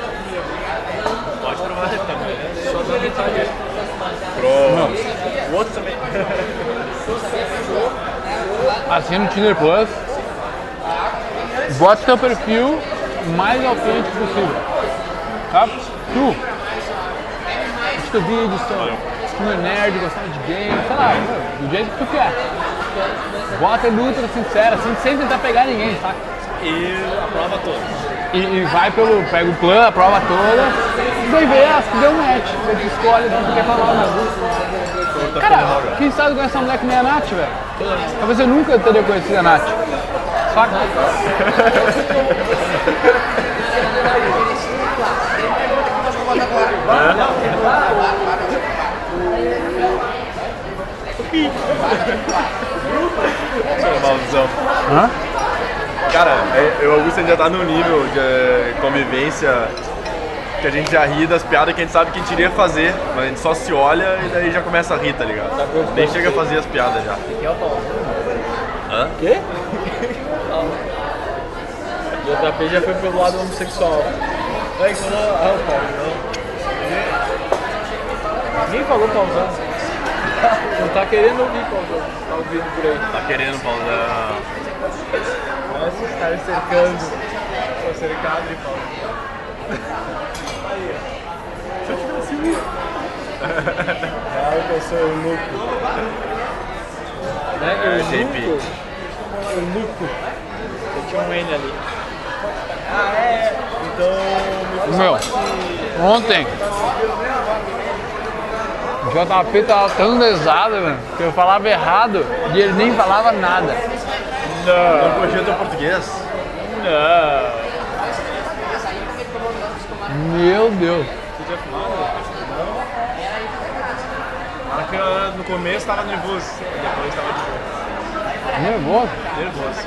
Pode provar também, né? Só dá metade. O outro também. Assim no Tinder Plus, bota seu perfil mais autêntico possível. Tá? Tu, teu vídeo, tu é nerd, gostava de game, sei lá, do jeito que tu quer. Bota ele ultra sincero, assim, sem tentar pegar ninguém, saca? E a prova toda. E vai pega o plano, a prova toda, e daí vê as que deu match, você escolhe o que tu quer falar, né? Cara, quem sabe conhece uma mulher que nem a Nath, velho? Talvez eu nunca teria conhecido a Nath. Saca? Maldição. Hã? Cara, o Augusto já tá num nível de convivência que a gente já ri das piadas que a gente sabe que a gente iria fazer, mas a gente só se olha e daí já começa a rir, tá ligado? Nem chega a fazer as piadas já. Hã? Quê? O JP já foi pelo lado homossexual. Aí falou, o Paulo, não. Ninguém falou pausando. Não tá querendo ouvir pausando. Tá ouvindo por aí. Tá querendo pausar. Nossa, os caras cercando. Tô cercado de Paulo. Se eu tivesse claro que eu sou eunuco. Né? JP. Eunuco. Eu tinha um N ali. Então, Meu, ontem o JP tava tão lesado, velho, que eu falava errado e ele nem falava nada. Não corrigiu teu português? não. Meu Deus. Você tinha fumado? Não. Porque eu, no começo tava nervoso, depois tava de boa. Nervoso? Nervoso.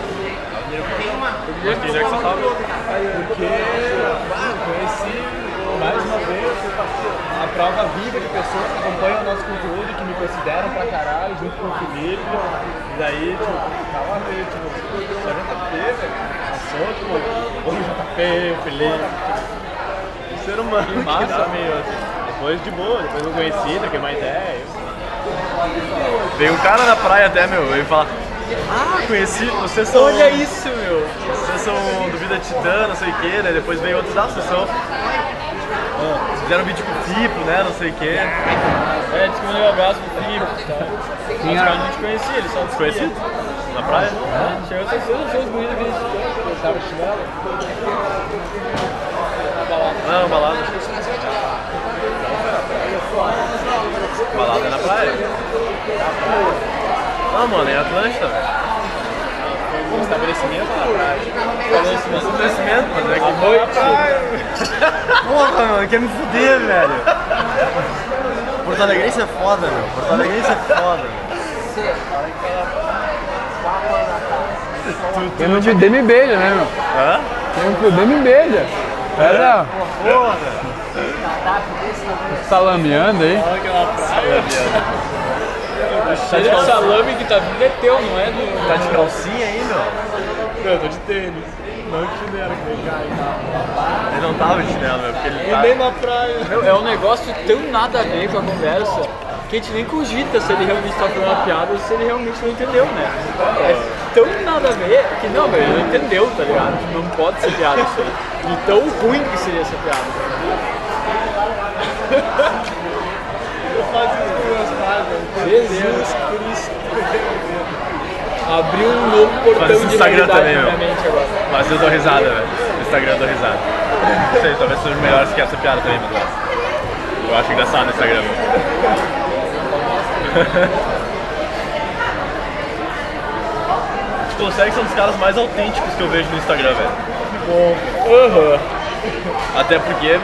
Mas que já que você tava? Porque conheci mais uma vez a prova viva de pessoas que acompanham o nosso conteúdo, que me consideram pra caralho, junto com o Felipe. E daí, tipo, tava meio, tipo, só JP, velho. Passou, tipo, o JP, o Felipe. O ser humano que dá meio assim. Depois de boa, depois eu conheci, troquei uma ideia. Veio um cara na praia até, meu, veio falar: ah, conheci, vocês são... Olha isso, meu. Vocês são do Vida Titã, não sei o que, né? Depois veio outros da associação. Fizeram um vídeo com o Tipo, né? Não sei o que. Disse que mandei um abraço pro Felipe, tá? Mas eu não te conhecia, ele só Conheci? Na praia? Chegou a ser seus bonitos que eu tava de chinelo. Não, balada. praia? Não, mano, é Atlântida, velho. Um estabelecimento na praia. Estabelecimento, mano. É que noite. Porra, mano, quer me fuder, velho. Porto Alegrense é foda, meu. Porto Alegrense é foda, velho. Quem não fuder me beija, né, meu? Hã? Quem não fuder me beija. Pera, Porra. salameando aí. Olha aquela praia. Cheio de salame que tá vindo é teu, não é do... Tá de calcinha aí, meu? Eu tô de tênis. Não de chinelo, que vem cá e tal. Ele não tava de chinelo, meu, porque ele tá... Nem na praia. Meu, é um negócio tão nada a ver com a conversa que a gente nem cogita se ele realmente tá falando uma piada ou se ele realmente não entendeu, né? É tão nada a ver que não, meu, ele não entendeu, tá ligado? Não pode ser piada isso aí. E tão ruim que seria essa piada. Eu faço isso com meus pais, velho. Jesus Cristo. Abriu um novo portão Mas no de Instagram realidade também, na meu. minha mente agora. Mas eu dou risada, velho. No Instagram eu dou risada. Não sei, talvez seja melhor que essa piada também, mas eu acho engraçado no Instagram, meu. Tu consegue ser um dos caras mais autênticos que eu vejo no Instagram, velho. Até porque...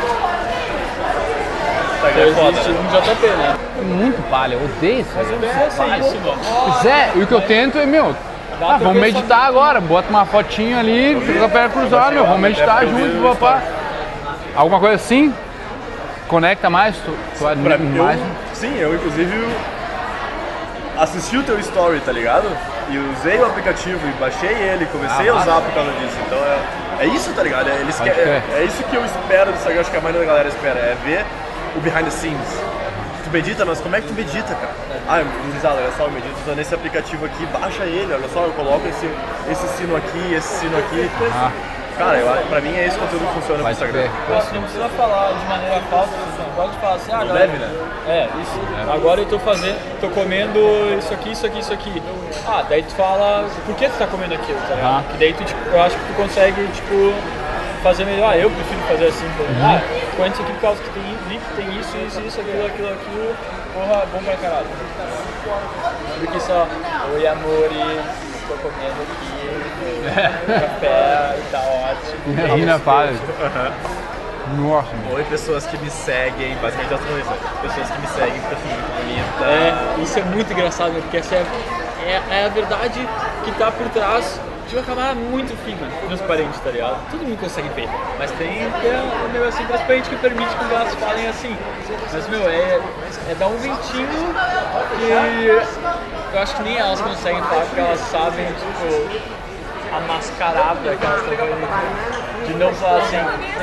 Instagram é foda, Existe né? um JP, né? Muito palha, eu odeio isso aí. É isso, mano. Pois é, e o que eu tento é, meu, vamos meditar agora, bota uma fotinha ali, fica a perna cruzada, meu, vamos meditar junto, papá. Alguma coisa assim? Conecta mais, tu admira mais. Sim, eu inclusive assisti o teu story, tá ligado? E usei o aplicativo e baixei ele, comecei a usar por causa disso. Então é isso, tá ligado? É isso que eu espero do Instagram, acho que a maioria da galera espera, é ver o behind the scenes. Tu medita, mas como é que tu medita, cara? Ah, olha só, eu medito usando esse aplicativo aqui, baixa ele, olha só, eu coloco esse sino aqui, esse sino aqui. Cara, pra mim é esse conteúdo que funciona no Instagram. Você não precisa falar de maneira falsa, você pode falar assim, ah, galera, deve, né? É, isso. Agora eu tô comendo isso aqui, isso aqui, isso aqui. Ah, daí tu fala, por que tu tá comendo aquilo, tá ligado? Que daí tu, tipo, eu acho que tu consegue, tipo, fazer melhor. Eu prefiro fazer assim, ah, põe isso aqui por causa que tem isso, aquilo, porra, bom pra caralho. Do que só, oi amores, tô comendo aqui, café, tá ótimo. Rina fala. Nossa, Oi, pessoas que me seguem, basicamente as coisas. Pessoas que me seguem, porque eu sou muito bonita. Isso é muito engraçado, né? Porque essa é a verdade que tá por trás de uma camada muito fina, transparente, tá ligado? Todo mundo consegue ver, mas tem um negocinho transparente que permite que elas falem assim. Mas, meu, é dar um ventinho que eu acho que nem elas conseguem falar, porque elas sabem, tipo, a mascarada que elas estão fazendo, de não falar assim.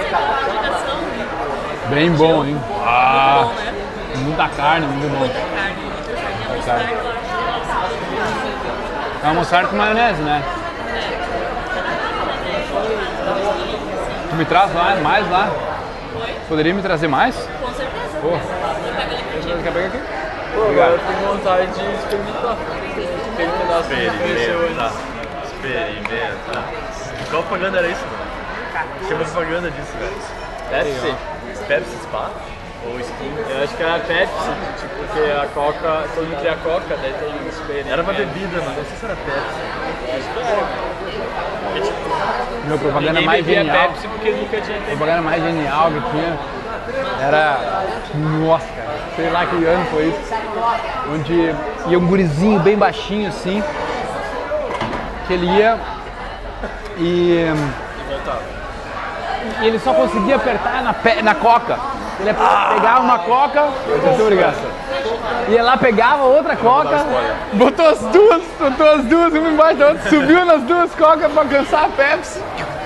bem bom, hein? Ah, muita carne, muito bom. É almoçar com maionese, né? Tu me traz lá, mais lá? Poderia me trazer mais? Com certeza. Pô, Quer pegar aqui? Pô, agora eu tenho vontade de experimentar. Tem um pedaço que não conheceu ainda. Experimenta. Qual propaganda era isso, mano? Chama propaganda disso, velho. Pepsi? Pepsi Spa? Ou Skin? Eu acho que era Pepsi, tipo, porque a Coca, todo mundo queria Coca, daí todo mundo experimenta. Era pra bebida, mas não sei se era Pepsi. Acho que era. meu propaganda Ninguém mais bebia genial. Pepsi porque nunca tinha A tempo. propaganda mais genial que tinha era. Nossa, cara, sei lá que ano foi isso. Onde ia um gurizinho bem baixinho assim. Que ele ia e ele só conseguia apertar na coca. Ele pegava uma coca, muito obrigado. Ia lá, pegava outra coca, botou as duas, uma embaixo da outra, subiu nas duas cocas pra alcançar a Pepsi.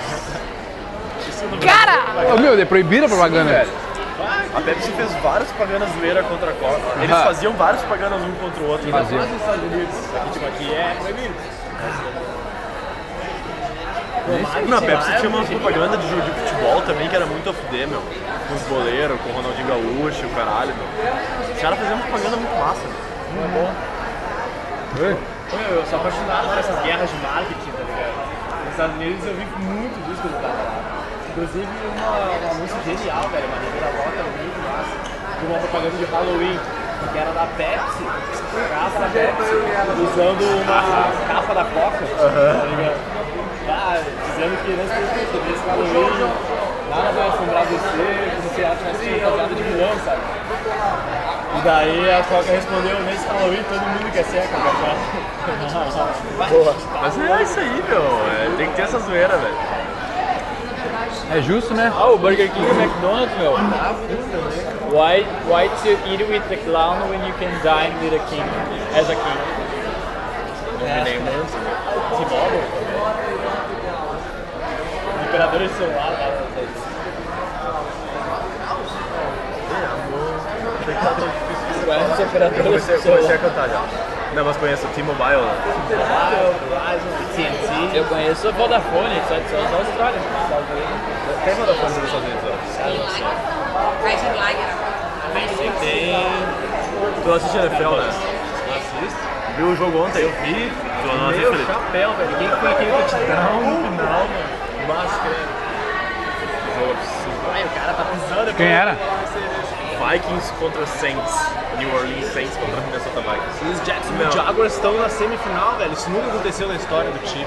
Cara! Meu, é proibida a propaganda. A Pepsi fez várias propagandas zoeiras contra a Coca. Eles faziam várias propagandas um contra o outro. Faziam. Nos Estados Unidos. Aqui é proibido. Na Pepsi tinha uma propaganda de jogo de futebol também que era muito off-day, meu. Com os goleiros, com o Ronaldinho Gaúcho, o caralho, meu. Os caras faziam uma propaganda muito massa, meu. Muito bom. Eu sou apaixonado por essas guerras de marketing, tá ligado? Nos Estados Unidos eu vi muito disso quando eu tava lá. Inclusive uma música genial, velho, uma reviravolta muito massa. De uma propaganda de Halloween. que era da Pepsi, garrafa da Pepsi, usando uma capa da Coca, tá ligado? Dizendo que nesse Halloween nada vai assombrar você, como se acha assim, fantasiada de vilão, sabe? E daí a Coca respondeu, nesse Halloween todo mundo quer ser a Coca-Cola. Boa. Mas é isso aí, meu. Tem que ter essa zoeira, velho. É justo, né? O Burger King e o McDonald's, meu. Why to eat with the clown when you can dine with a king, as a king? Imperador de celular, cara. Comecei a cantar já. Não, mas conheço o T-Mobile, né? TNT. Eu conheço a Vodafone, só da Austrália. Tem Vodafone nos Estados Unidos, Tem. Tu assiste NFL, né? Assisto. Viu o jogo ontem? Eu vi. Tu não assiste, Felipe? Chapéu, velho. Quem foi aquele touchdown no final, mano? Máscara. Jogo absurdo. Ai, o cara tá pisando. Quem era? Vikings contra Saints. New Orleans Saints contra Minnesota Vikings. E os Jacksonville Jaguars estão na semifinal, velho. Isso nunca aconteceu na história do time.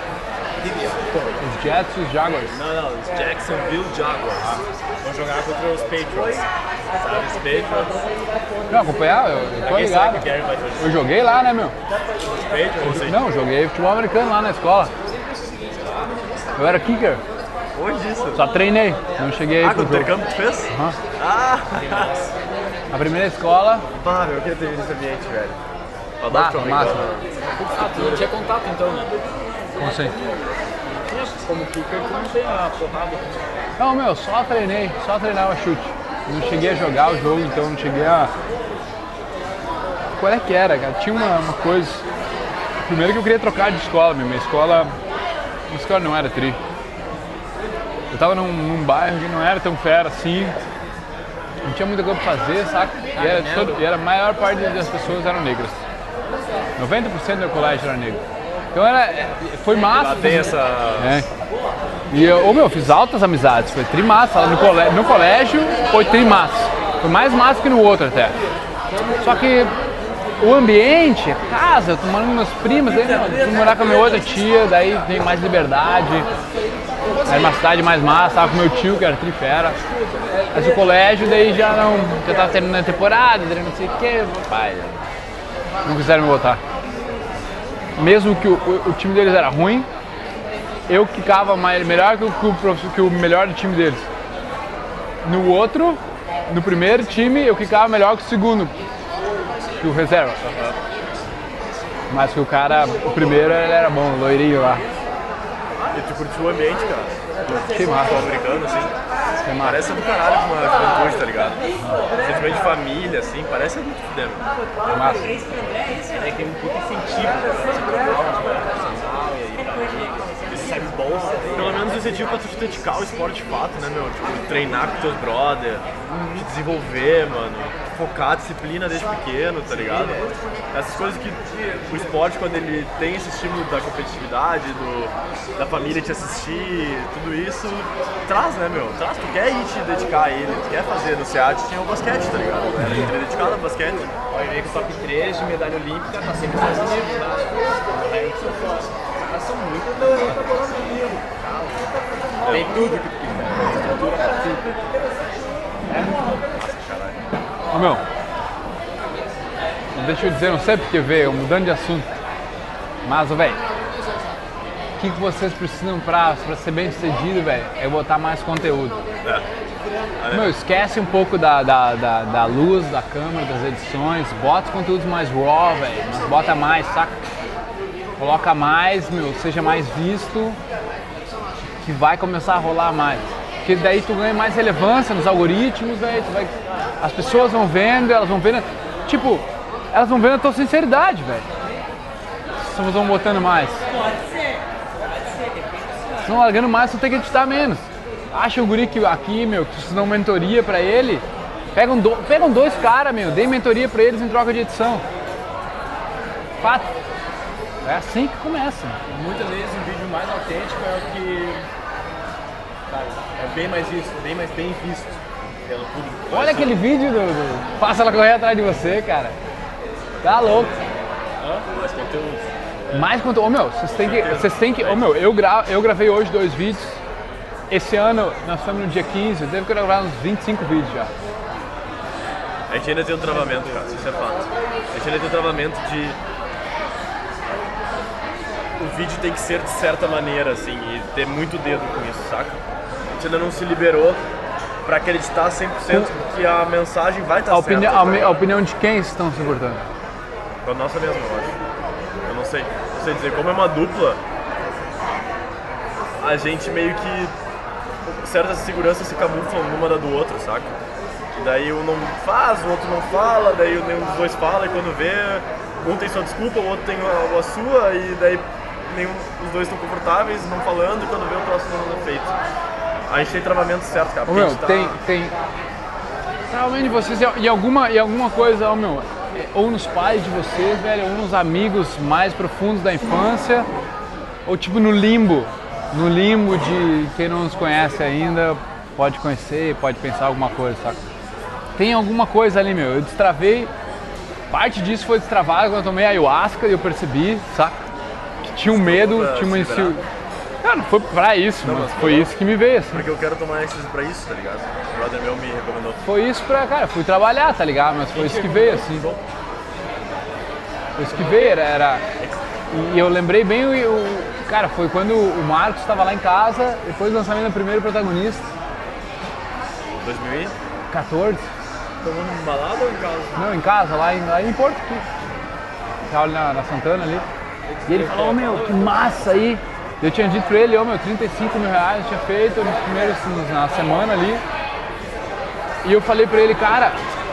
Os Jets e os Jaguars. Não, os Jacksonville Jaguars vão jogar contra os Patriots. Sabe, os Patriots. Não, acompanhar, eu tô ligado. Eu joguei lá, né, meu? Patriots? Não, joguei futebol americano lá na escola. Eu era kicker. Onde isso? Só treinei, não cheguei aí pro com o jogo. intercâmbio que tu fez? Aham. Ah! A primeira escola. Pá, eu queria ter visto esse ambiente, velho. Massa. Tu não tinha contato então, né? Como assim? Como kicker, tu não tem a porrada. Não, meu, só treinava chute. Não cheguei a jogar o jogo, então não cheguei a... Qual é que era, cara? Tinha uma coisa... Primeiro que eu queria trocar de escola, minha escola não era tri. Eu tava num bairro que não era tão fera assim, não tinha muita coisa pra fazer, saca? E a maior parte das pessoas eram negras. 90% do meu colégio era negro. Então foi massa. Tem essa... E eu fiz altas amizades, foi tri massa. No colégio foi tri massa. Foi mais massa que no outro até. Só que o ambiente, a casa, eu tô morando com meus primos, aí fui morar com a minha outra tia, daí tem mais liberdade. Era uma cidade mais massa, tava com meu tio que era trifera. Mas o colégio daí já tava terminando a temporada, não sei o que, papai. Não quiseram me botar. Mesmo que o time deles era ruim, eu ficava melhor que o melhor do time deles. No primeiro time, eu ficava melhor que o segundo, que o reserva. Mas que o primeiro ele era bom, loirinho lá. E tu curtiu o ambiente, cara? Que massa. Americano, assim. Parece do caralho com uma juventude, tá ligado? Sentimento de família, assim, parece muito fudendo. Massa. Tem um puto incentivo recebe bolsa. Pelo menos incentivo pra tu te dedicar ao esporte de fato, né, meu? Tipo, treinar com teus brother, te desenvolver, mano. Focar a disciplina desde pequeno, tá ligado? Essas coisas que o esporte, quando ele tem esse estímulo da competitividade, da família te assistir, tudo isso, traz, né, meu? Traz, tu quer ir te dedicar a ele, tu quer fazer. No SEAT tinha o basquete, tá ligado? Era gente dedicada ao basquete. Aí vem com o top 3 de medalha olímpica, tá sempre nos Estados Unidos, né? Os caras são muito doidos. Tem tudo que tu quiser, estrutura pra tudo. Ô meu, deixa eu dizer, não sei porque veio, mudando de assunto, mas, velho, o que vocês precisam pra ser bem sucedido, velho, é botar mais conteúdo. Meu, esquece um pouco da luz, da câmera, das edições, bota conteúdos mais raw, velho, mas bota mais, saca? Coloca mais, meu, seja mais visto, que vai começar a rolar mais. Porque daí tu ganha mais relevância nos algoritmos, velho, as pessoas vão vendo, elas vão vendo, tipo, elas vão vendo a tua sinceridade, velho. Se vocês vão botando mais. Se não largando mais, tu tem que editar menos. Acha o guri que aqui, meu, que vocês dão mentoria pra ele, pegam dois caras, meu, deem mentoria pra eles em troca de edição. Fato. É assim que começa. Muitas vezes o vídeo mais autêntico é o que, sabe, é bem mais visto, bem mais bem visto. pelo público. Olha aquele vídeo do Passa ela correr atrás de você, cara. Tá louco. Mais conteúdo. Mais conteúdo. Ô meu, vocês têm que. Ô meu, eu gravei hoje 2 vídeos. Esse ano, nós estamos no dia 15, eu devo gravar uns 25 vídeos já. A gente ainda tem um travamento, cara, isso é fato. A gente ainda tem um travamento de... O vídeo tem que ser de certa maneira, assim, e ter muito dedo com isso, saca? A gente ainda não se liberou pra acreditar 100% que a mensagem vai estar certa. A opinião de quem estão se importando? Com a nossa mesma, eu acho. Eu não sei dizer, como é uma dupla, a gente meio que... certas seguranças se camuflam numa da do outro, saca? E daí um não faz, o outro não fala, daí nenhum dos dois fala e quando vê, um tem sua desculpa, o outro tem a sua e daí os dois estão confortáveis, não falando e quando vê o troço não é feito. A gente tem travamento certo, cara. Ô, meu, tem... Provavelmente vocês, e alguma coisa, ó, meu, ou nos pais de vocês, velho, ou nos amigos mais profundos da infância, ou tipo no limbo de quem não nos conhece ainda, pode conhecer, pode pensar alguma coisa, saca? Tem alguma coisa ali, meu, eu destravei, parte disso foi destravado quando eu tomei ayahuasca e eu percebi, saca? Que tinha um medo, tinha uma Cara, não foi pra isso, mas foi isso que me veio, assim. Porque eu quero tomar êxtase pra isso, tá ligado? O brother meu me recomendou. Foi isso cara, fui trabalhar, tá ligado? Mas foi isso que veio, assim. Foi isso que veio, E eu lembrei bem, cara, foi quando o Marcos estava lá em casa, depois do lançamento do primeiro protagonista. 2014? Tomando uma balada ou em casa? Não, em casa, lá em Porto, aqui. Tava ali na Santana ali. E ele falou, meu, que massa aí. Eu tinha dito pra ele, meu, 35 mil reais eu tinha feito nos primeiros, na semana ali. E eu falei pra ele, cara...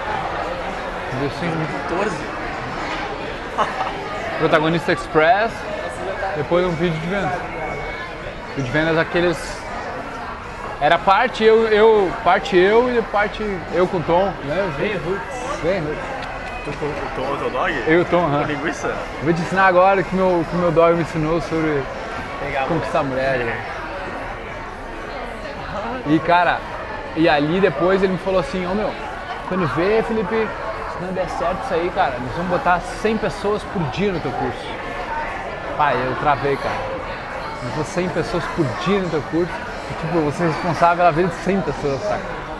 2014? Protagonista Express, depois um vídeo de vendas. Vídeo de vendas aqueles... Era parte eu e parte eu com o Tom, né? Bem roots. Tu com o Tom, o teu dog? Eu e o Tom, Com linguiça? Vou te ensinar agora que o meu dog me ensinou sobre conquistar mulher. Né? E cara, e ali depois ele me falou assim, meu, quando vê, Felipe, se não der certo isso aí, cara, nós vamos botar 100 pessoas por dia no teu curso. Pai, eu travei, cara. Nós vamos 100 pessoas por dia no teu curso. E, tipo, você é responsável pela vida de 100 pessoas, saca?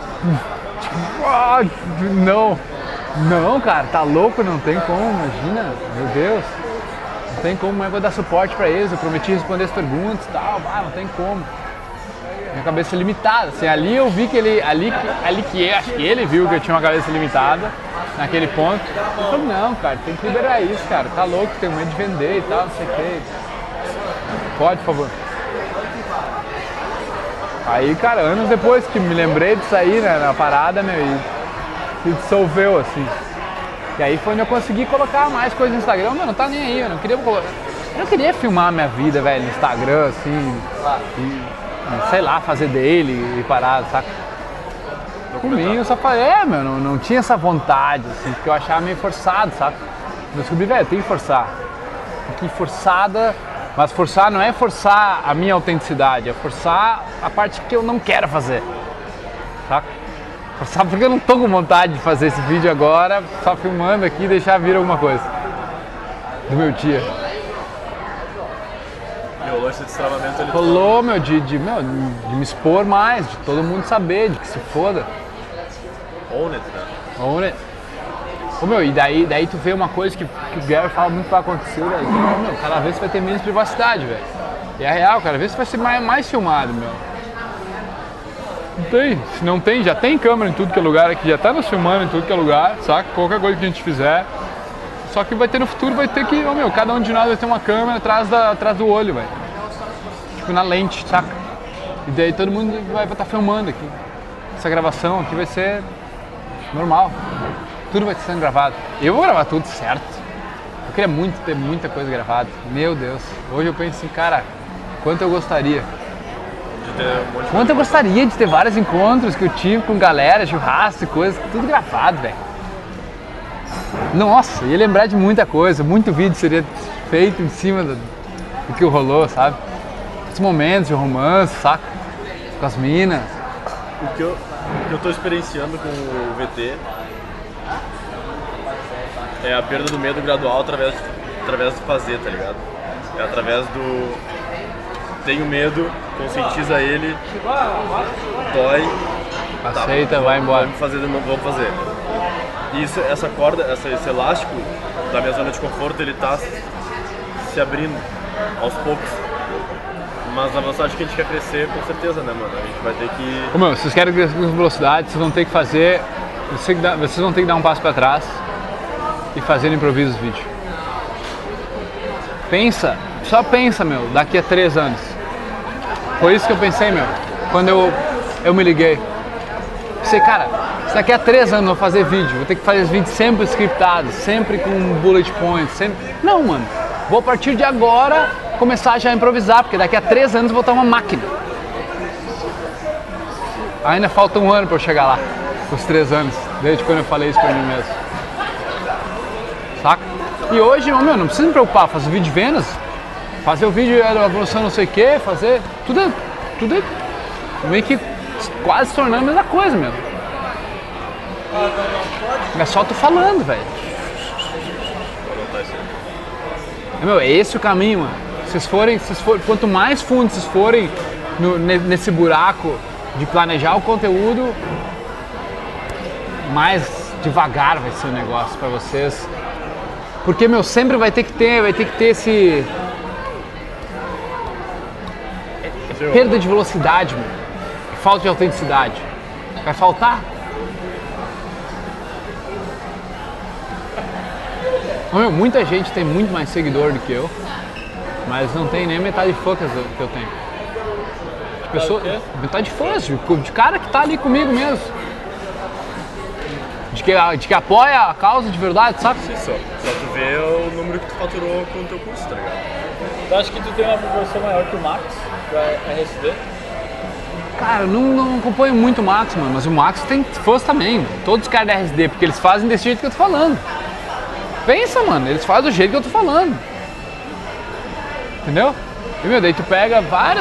Tipo, não, cara, tá louco, não tem como, imagina, meu Deus. Não tem como, eu vou dar suporte pra eles, eu prometi responder as perguntas e tal, não tem como. Minha cabeça é limitada, assim, ali eu vi que acho que ele viu que eu tinha uma cabeça limitada, naquele ponto. Eu falei, não, cara, tem que liberar isso, cara, tá louco, tem medo de vender e tal, não sei o que. Pode, por favor. Aí, cara, anos depois que me lembrei disso aí, né, na parada, meu, e se dissolveu, assim. E aí foi onde eu consegui colocar mais coisas no Instagram, mas não tá nem aí, eu não queria filmar minha vida, velho, no Instagram, assim, e sei lá, fazer dele e parar, saca? Por mim, eu só falei, não tinha essa vontade, assim, porque eu achava meio forçado, saca? Eu descobri, velho, tem que forçar. Tem que forçada. Mas forçar não é forçar a minha autenticidade, é forçar a parte que eu não quero fazer, saca? Forçar porque eu não tô com vontade de fazer esse vídeo agora, só filmando aqui e deixar vir alguma coisa do meu dia. E rolou esse destravamento ali? Rolou, meu, de me expor mais, de todo mundo saber, de que se foda. Own it, né? Own it. Ô, meu, e daí tu vê uma coisa que o Gary fala muito que vai acontecer, velho. Meu, cada vez você vai ter menos privacidade, velho. E é real, cada vez você vai ser mais filmado, meu. Não tem, se não tem, já tem câmera em tudo que é lugar aqui, já tá nos filmando em tudo que é lugar, saca? Qualquer coisa que a gente fizer. Só que vai ter no futuro, vai ter que, meu, cada um de nós vai ter uma câmera atrás do olho, velho. Tipo, na lente, saca? E daí todo mundo vai estar filmando aqui. Essa gravação aqui vai ser normal. Tudo vai estar sendo gravado. Eu vou gravar tudo certo. Eu queria muito ter muita coisa gravada. Meu Deus. Hoje eu penso assim, cara, quanto eu gostaria. Quanto eu gostaria de ter vários encontros que eu tive com galera, churrasco e coisas, tudo gravado, velho. Nossa, ia lembrar de muita coisa. Muito vídeo seria feito em cima do que rolou, sabe? Os momentos de romance, saca? Com as minas. O que eu que eu tô experienciando com o VT é a perda do medo gradual através do fazer, tá ligado? É através do... Tenho medo, conscientiza ele, dói, aceita, vai embora. Vamos fazer. E isso, essa corda, esse elástico da minha zona de conforto, ele tá se abrindo aos poucos. Mas na velocidade que a gente quer crescer, com certeza, né, mano? A gente vai ter que... Ô, meu, vocês querem crescer com velocidade, vocês vão ter que fazer... Vocês vão ter que dar um passo pra trás e fazer improviso os vídeos. Pensa, só pensa, meu, daqui a 3 anos. Foi isso que eu pensei, meu, quando eu me liguei. Pensei, cara, se daqui a 3 anos eu vou fazer vídeo, vou ter que fazer os vídeos sempre scriptados, sempre com bullet points, sempre... Não, mano, vou a partir de agora começar já a improvisar, porque daqui a 3 anos eu vou estar uma máquina. Ainda falta 1 ano pra eu chegar lá, os 3 anos, desde quando eu falei isso pra mim mesmo. Saca? E hoje, meu, não precisa me preocupar, fazer o vídeo de vendas, fazer o vídeo da evolução não sei o que, fazer... Tudo é meio que quase se tornando a mesma coisa, meu. É só tu falando, velho. Meu, é esse o caminho, mano. Quanto mais fundo vocês forem nesse buraco de planejar o conteúdo, mais devagar vai ser o negócio pra vocês. Porque, meu, sempre vai ter que ter esse... perda de velocidade, meu. Falta de autenticidade. Vai faltar. Meu, muita gente tem muito mais seguidor do que eu, mas não tem nem metade de fãs que eu tenho. De pessoa, metade de fãs, de cara que tá ali comigo mesmo. De que apoia a causa de verdade, sabe? Sim, só tu vê o número que tu faturou com o teu curso, tá ligado? Tu acha que tu tem uma proporção maior que o Max pra RSD? Cara, eu não acompanho muito o Max, mano, mas o Max tem fãs também, todos os caras da RSD, porque eles fazem desse jeito que eu tô falando. Pensa, mano, eles fazem do jeito que eu tô falando. Entendeu? E, meu, daí tu pega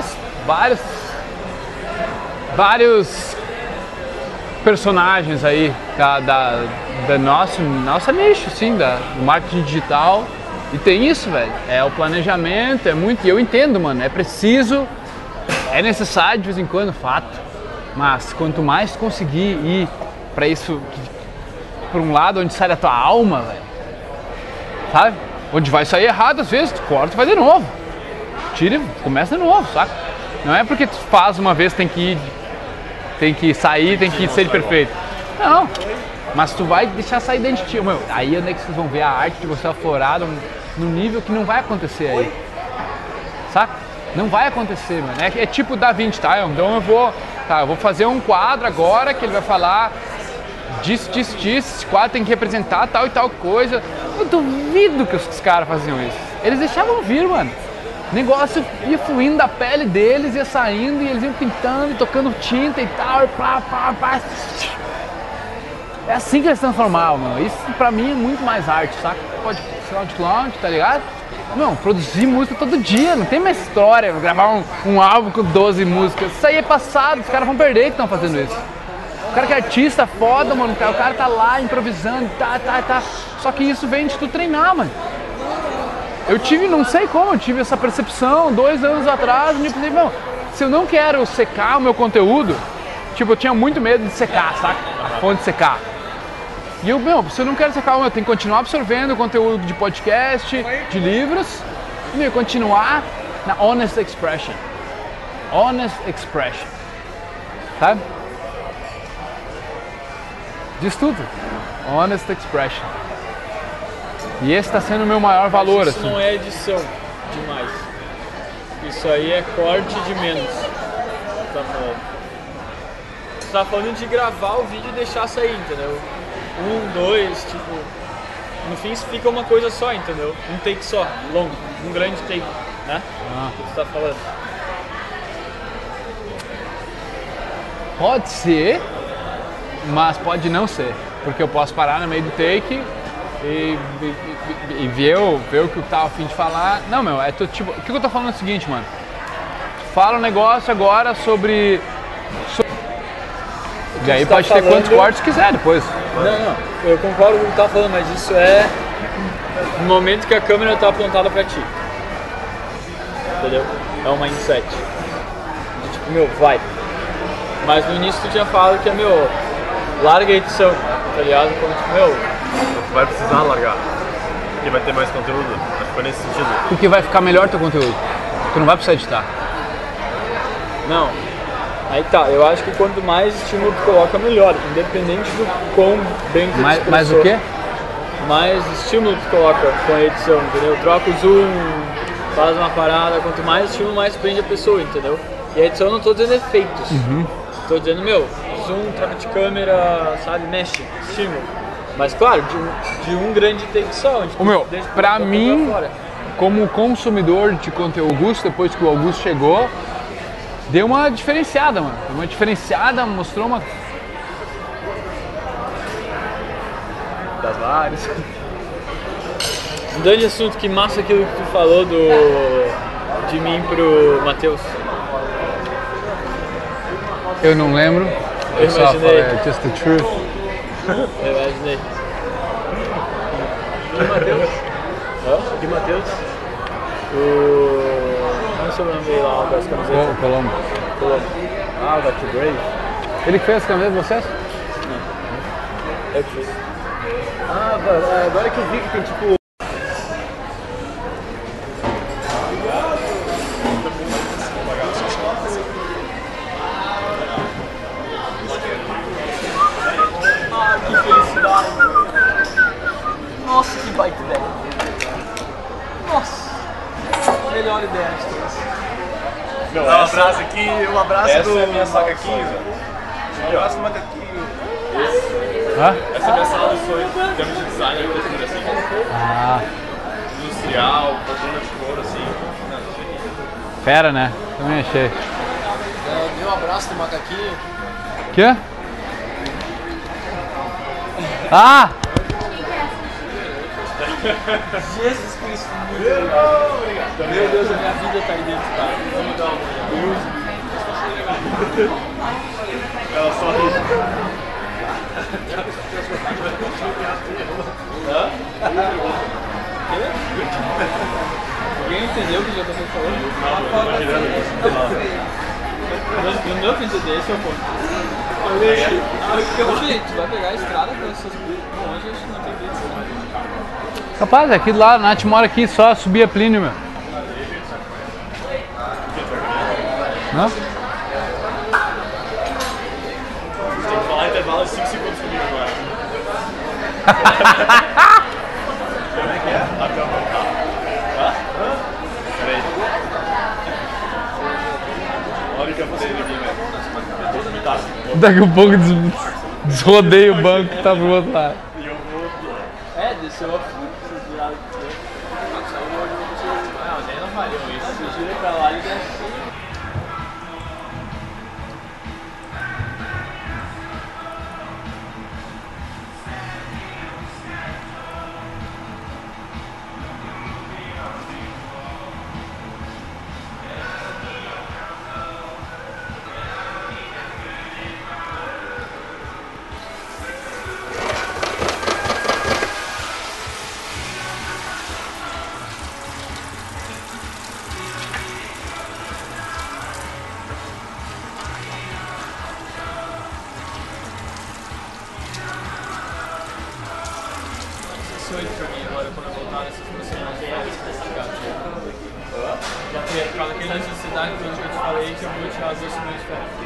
vários personagens aí da nossa nicho, sim, do marketing digital. E tem isso, velho. É o planejamento, é muito... E eu entendo, mano, é preciso, é necessário de vez em quando, fato. Mas quanto mais tu conseguir ir pra isso, por um lado onde sai da tua alma, velho, sabe? Onde vai sair errado, às vezes, tu corta e faz de novo. Tira, começa de novo, saca? Não é porque tu faz uma vez, tem que sair, tem que ser perfeito. Não, mas tu vai deixar sair dentro de ti. Meu, aí onde é que vocês vão ver a arte de você aflorada num nível que não vai acontecer aí. Saca? Não vai acontecer, mano. É tipo Da Vinci, tá? Então eu vou fazer um quadro agora que ele vai falar disso, esse quadro tem que representar tal e tal coisa. Eu duvido que os caras faziam isso. Eles deixavam vir, mano. O negócio ia fluindo da pele deles, ia saindo e eles iam pintando e tocando tinta e tal. E pá. É assim que eles se transformavam, mano. Isso pra mim é muito mais arte, saca? Pode SoundCloud, tá ligado? Não, produzir música todo dia, não tem mais história. Gravar um álbum com 12 músicas. Isso aí é passado, os caras vão perder que estão fazendo isso. O cara que é artista foda, mano, o cara tá lá improvisando, tá. Só que isso vem de tu treinar, mano. Eu não sei como, eu tive essa percepção 2 anos atrás, e pensei, não, se eu não quero secar o meu conteúdo, tipo, eu tinha muito medo de secar, saca? A fonte secar. E eu, se eu não quero secar, eu tenho que continuar absorvendo o conteúdo de podcast, de livros, e continuar na honest expression. Honest expression. Sabe? Diz tudo. Honest expression. E esse está sendo o meu maior valor. Isso assim. Não é edição demais. Isso aí é corte de menos. Tá falando. Você tá falando de gravar o vídeo e deixar sair, entendeu? 1, 2, tipo... No fim fica uma coisa só, entendeu? Um take só, longo. Um grande take, né? O que você tá falando. Pode ser, mas pode não ser. Porque eu posso parar no meio do take e ver o que eu tava a fim de falar. Não, meu, tipo, o que eu tô falando é o seguinte, mano. E aí pode ter quantos cortes quiser depois. Não, eu concordo com o que tu tá falando, mas isso é no momento que a câmera tá apontada pra ti. Entendeu? É um mindset. Tipo, meu, vai. Mas no início tu tinha falado que é, meu, larga a edição, tá ligado? Como, tipo, meu... Tu vai precisar largar, porque vai ter mais conteúdo. Acho que foi nesse sentido. Porque vai ficar melhor teu conteúdo. Tu não vai precisar editar. Não. Aí tá, eu acho que quanto mais estímulo tu coloca, melhor. Independente do quão bem tu Mais expressou. o quê? Mais estímulo tu coloca com a edição, entendeu? Troca o zoom, faz uma parada, quanto mais estímulo, mais prende a pessoa, entendeu? E a edição eu não tô dizendo efeitos. Tô dizendo, meu, zoom, troca de câmera, sabe, mexe, estímulo. Mas claro, de um grande take só. Ô meu, pra mim, como consumidor de conteúdo, Augusto, depois que o Augusto chegou, deu uma diferenciada, mano. Uma diferenciada, mostrou uma... Das várias. Mudando de assunto, que massa aquilo que tu falou de mim pro Matheus. Eu não lembro. Eu só imaginei. falei, just the truth. Eu imaginei. Que Matheus? Hã? Que Matheus? Não sei o nome dele lá, das camisetas. O Colombo. Ah, o da Too Brave. Ele que fez as camisetas de vocês? Eu que fiz. Ah, agora que eu vi que tem tipo... Ah, que felicidade! Nossa, que baita ideia! Nossa! Melhor ideia de todas. Meu, dá um abraço aqui, um abraço essa do é a minha macaquinho, velho. Um abraço do macaquinho. Hã? Essa é a minha sala dos sonhos, em termos de design, arquitetura, assim. Ah, Industrial, poltrona de couro, assim. fera, né? Também achei. Deu um abraço do macaquinho. Quê? Ah! Jesus Cristo, muito legal. Meu Deus, a minha vida tá aí dentro, tá? Vamos dar uma olhada. Ela só ri. Hã? Alguém entendeu o que o JP falou? Não deu pra entender, esse é o ponto. Hoje tu vai pegar a estrada com essas... Bom, hoje a gente não tem jeito. Rapaz, aqui do lado, a Nath mora aqui, só subir a Plínio, meu. Não? Tem que falar intervalo de 5 segundos comigo agora. Como é que é? Até eu voltar. Peraí. Olha o que eu falei aqui, velho. Tá. Daqui a pouco desrodeio o banco que tá pro outro lado. E eu vou... Desceu a fuga, vocês viraram aqui. Não, nem não fariam isso. Vocês viram pra lá e desce. Sonho pra mim agora quando eu voltar nessas 2 semanas de férias pra chegar. Já tem por causa daquela necessidade que eu te falei que eu vou tirar as 2 semanas de férias.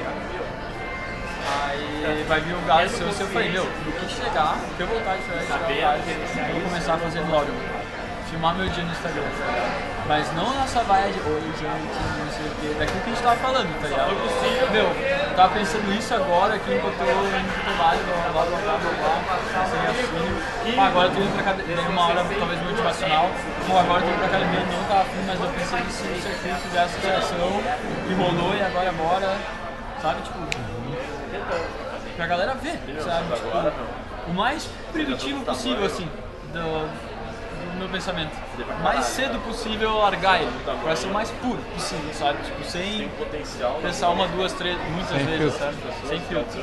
Aí vai vir o galo e eu falei, meu, do que chegar, o que eu voltar de férias, eu vou começar a fazer vlog, filmar meu dia no Instagram, mas não nessa baia de oi, gente, não sei o que, daquilo que a gente tava falando, tá ligado? Meu, eu tava pensando isso agora, aqui enquanto eu tô indo pro trabalho, blá, sem assunto. Agora eu tô indo pra academia, dei uma hora talvez motivacional, agora eu tô indo pra academia, não tava afim, mas eu pensei nisso, aqui, fizer essa reação, e rolou, e agora bora, sabe, tipo, pra galera ver, sabe, tipo, o mais primitivo possível, assim, meu pensamento. O mais cedo possível eu largar ele, pra ser o mais puro possível, sabe? Tipo, sem pensar uma, duas, três, muitas Sem vezes, filtro. sabe? Sem filtro.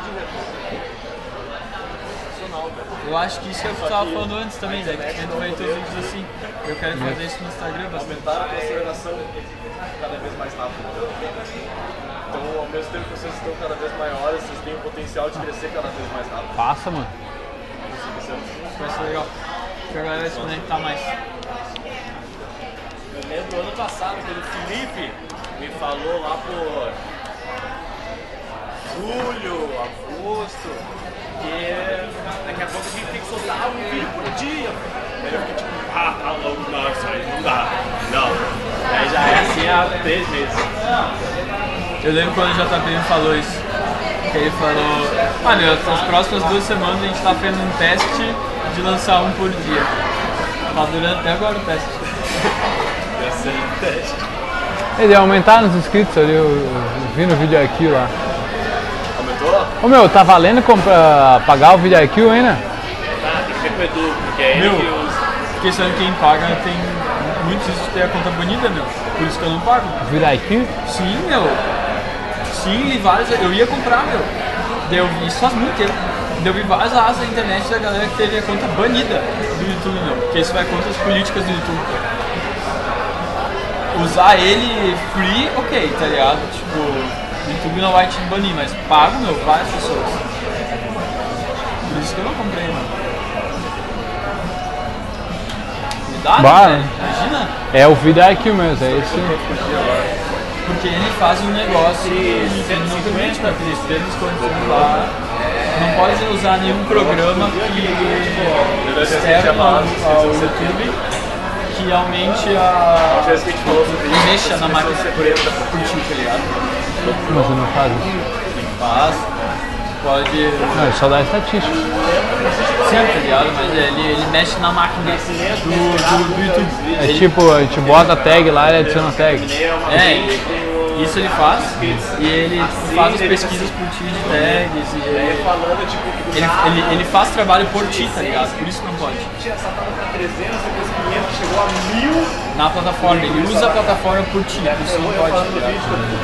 Eu acho que isso é o que eu tava falando antes também, né? Que tento ver todos os vídeos assim. Eu quero fazer isso no Instagram bastante. Aumentar a aceleração cada vez mais rápido. Então, ao mesmo tempo que vocês estão cada vez maiores, vocês têm o potencial de crescer cada vez mais rápido. Passa, mano. Vai ser legal. Que a galera vai se conectar mais. Eu lembro ano passado, quando o Felipe me falou lá por julho, agosto, que daqui a pouco a gente tem que soltar um vídeo por dia. Aí eu fiquei tipo, tá louco, não, isso aí não dá. Não. Aí já é assim há 3 meses. Eu lembro quando o JP me falou isso. Que ele falou, meu, nas próximas 2 semanas a gente tá fazendo um teste de lançar um por dia. Tá durando até agora o teste. Vai ser um teste. Ele ia aumentar nos inscritos ali, eu vi no vídeo aqui lá. Aumentou? Ô meu, tá valendo pagar o vídeo IQ ainda? Tá, tem que ser com o Edu, porque é ele Meu, que usa. porque sendo quem paga tem muitos isso de ter a conta banida, meu. Por isso que eu não pago. Vídeo IQ? Sim, meu. Sim, li vários. Eu ia comprar, meu. Deu isso faz muito tempo. Eu vi várias asas na internet da galera que teve a conta banida do YouTube, meu. Porque isso vai contra as políticas do YouTube. Usar ele free, ok, tá ligado? Tipo, o YouTube não vai te banir, mas pago, meu, várias pessoas. Por isso que eu não comprei, mano. Cuidado, né? Imagina. É o vídeo IQ mesmo, é esse. Porque ele faz um negócio que não permite, né? Porque termos condições lá. Não pode usar nenhum programa que externo ao YouTube que aumente a. E mexa na máquina por ti, tá ligado? Mas você não faz isso? Faz. Pode. Não, ele só dá estatística. Sim, tá ligado? Mas ele mexe na máquina do YouTube. É tipo, a gente bota a tag lá e ele adiciona a tag. Isso ele faz, e ele faz as pesquisas por ti de tags, e ele faz trabalho por ti, tá ligado? Por isso que não pode. Na plataforma, ele usa a plataforma por ti, por isso não pode, tá ligado?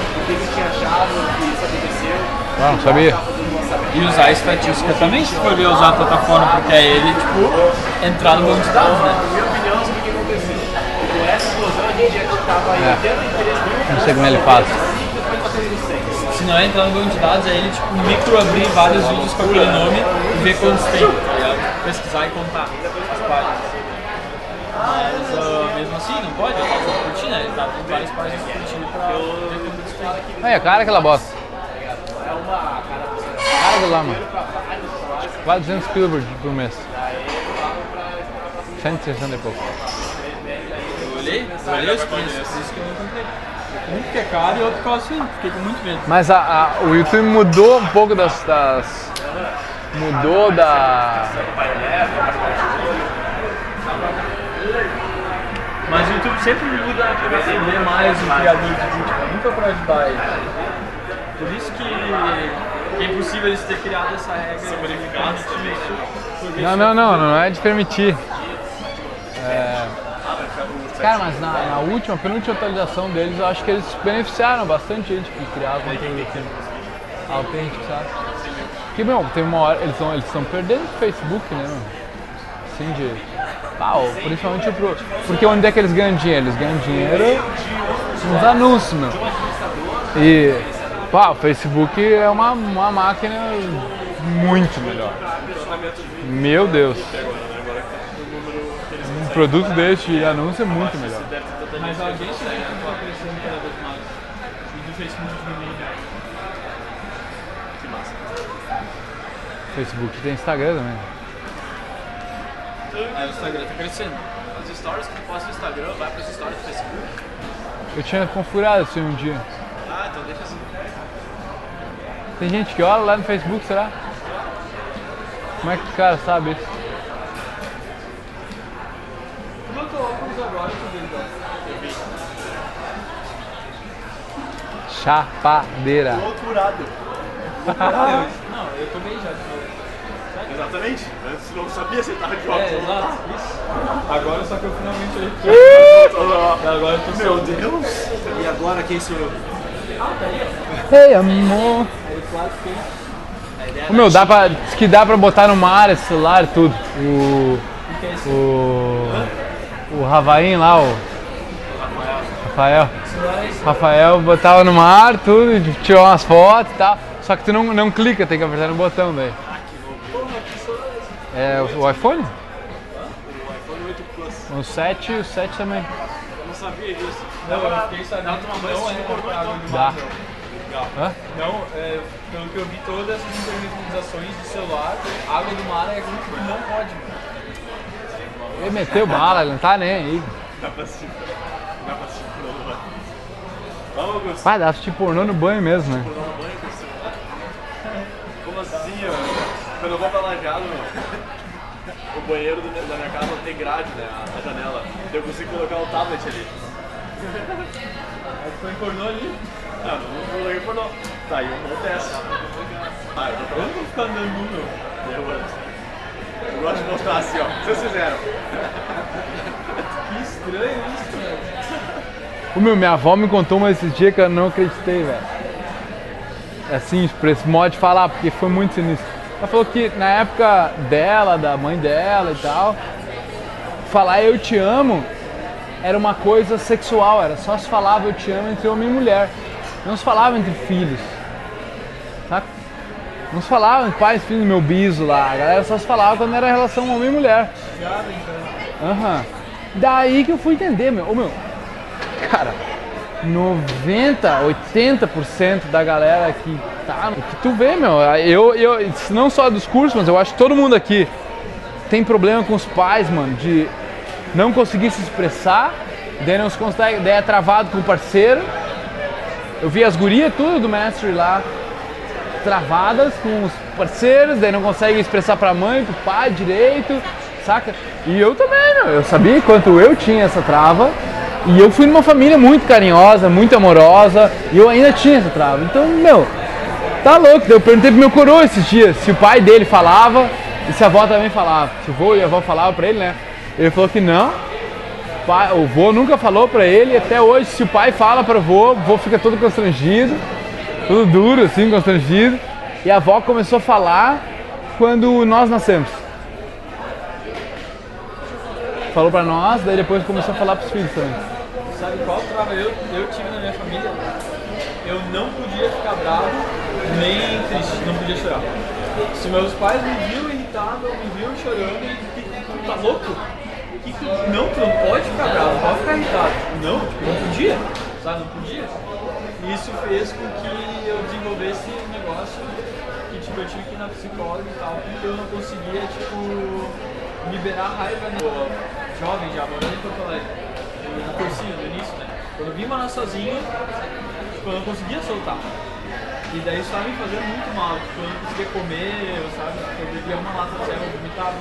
Ah, não sabia. E usar a estatística também, se for ver usar a plataforma, porque é ele, tipo, entrar no banco de dados, né? Não sei como ele faz. Se não é entrar no banco de dados, é ele tipo microabrir vários vídeos com aquele nome e ver quantos tem, tá ligado? Pesquisar e contar as páginas. Mas mesmo assim, não pode, ele tá curtindo, né? Ele tá com várias páginas curtindo pra ver quantos tem. Olha, cara, aquela bosta. Cara do lá, mano. Quase 200 kg por mês. 160 e pouco. Eu olhei os preços, por isso que eu não comprei. Um porque é caro e outro porque eu assim, fiquei com muito medo. Mas o YouTube mudou um pouco mudou da... Mas o YouTube sempre muda pra acender mais o criador de vídeo, nunca pra ajudar ele. Por isso que é impossível eles terem criado essa regra. Não é de permitir. Cara, mas na penúltima atualização deles, eu acho que eles beneficiaram bastante gente que criava conteúdo assim, autêntico, sabe? Que, meu, tem uma hora, eles estão perdendo o Facebook, né, meu? Assim, principalmente porque onde é que eles ganham dinheiro? Eles ganham dinheiro nos anúncios, meu. E, o Facebook é uma máquina muito melhor. Meu Deus. Um produto desse de anúncio é muito melhor. Mas a audiência do YouTube está crescendo cada vez mais. E do Facebook diminuindo. Que massa. Facebook tem Instagram também. O Instagram está crescendo. As stories que tu posta no Instagram vai para as stories do Facebook? Eu tinha configurado isso um dia. Ah, então deixa assim. Tem gente que olha lá no Facebook, será? Como é que o cara sabe isso? Chapadeira. Doutorado. Não, eu tomei já de novo. Exatamente. Antes não sabia se tava de óculos. Exato, isso. Agora só que eu finalmente olhei. Agora eu tô Meu Deus! E agora quem sou eu? Ei, amor. Ô, meu, diz que dá pra botar no mar esse celular e tudo. O Ravaim lá, o Rafael botava no mar, tudo, tirou umas fotos e tal. Só que tu não clica, tem que apertar no botão daí. É o iPhone? O iPhone 8 Plus. O 7 e o 7 também. Eu não sabia disso. Não, eu fiquei sabendo que não é água do Dá. mar, não. Hã? Não, pelo que eu vi, todas essas internalizações de celular, água do mar é algo que não pode, mano. Ele meteu bala, ele não tá nem aí. Dá pra assistir. Vamos, Augusto. Vai, dá pra assistir pornô no banho mesmo, né? Pornô no banho com o celular? Como assim, ó? Quando eu vou pra Lajeado, o banheiro da minha casa tem grade, né? A janela. Eu consigo colocar o tablet ali. Aí foi pornô ali. Ah, não coloquei pornô. Tá aí um bom teste. Ah, eu Eu não vou ficar andando, meu. Eu gosto de mostrar assim, ó. Vocês fizeram. Que estranho isso, velho. O meu, minha avó me contou uma esses dias que eu não acreditei, velho. Assim, por esse modo de falar, porque foi muito sinistro. Ela falou que na época dela, da mãe dela e tal, falar eu te amo era uma coisa sexual, era só se falava eu te amo entre homem e mulher. Não se falava entre filhos. Saca? Não se falava entre pais e filhos, meu biso lá. A galera só se falava quando era relação homem e mulher. Aham. Daí que eu fui entender, meu. Ô, meu, cara, 90, 80% da galera que tá, que tu vê, meu, eu não só dos cursos, mas eu acho que todo mundo aqui tem problema com os pais, mano, de não conseguir se expressar, daí não se consegue, daí é travado com o parceiro. Eu vi as gurias tudo do mestre lá, travadas com os parceiros, daí não consegue expressar pra mãe, pro pai direito, saca? E eu também, meu, eu sabia quanto eu tinha essa trava. E eu fui numa família muito carinhosa, muito amorosa, e eu ainda tinha essa trava. Então, meu, tá louco. Eu perguntei pro meu coroa esses dias se o pai dele falava e se a avó também falava. Se o vô e a avó falavam pra ele, né? Ele falou que não. O vô nunca falou pra ele, e até hoje, se o pai fala pra o vô fica todo constrangido, todo duro, assim, constrangido. E a avó começou a falar quando nós nascemos. Falou pra nós, daí depois começou a falar pros filhos também. Sabe qual trava eu tive na minha família? Eu não podia ficar bravo, nem triste, não podia chorar. Se meus pais me viam irritado, me viam chorando, e tá louco? Não, tu não pode ficar bravo, não pode ficar irritado. Não, não podia, sabe, não podia. E isso fez com que eu desenvolvesse um negócio que tipo, eu tive que ir na psicóloga e tal, porque eu não conseguia, tipo, liberar a raiva, né? Jovem já, morando em Porto Alegre, no cursinho, no início, né? Quando eu vim morar sozinho, tipo, eu não conseguia soltar. E daí isso estava me fazendo muito mal, tipo, eu não conseguia comer, sabe? Eu bebia uma lata de cerveja, eu vomitava.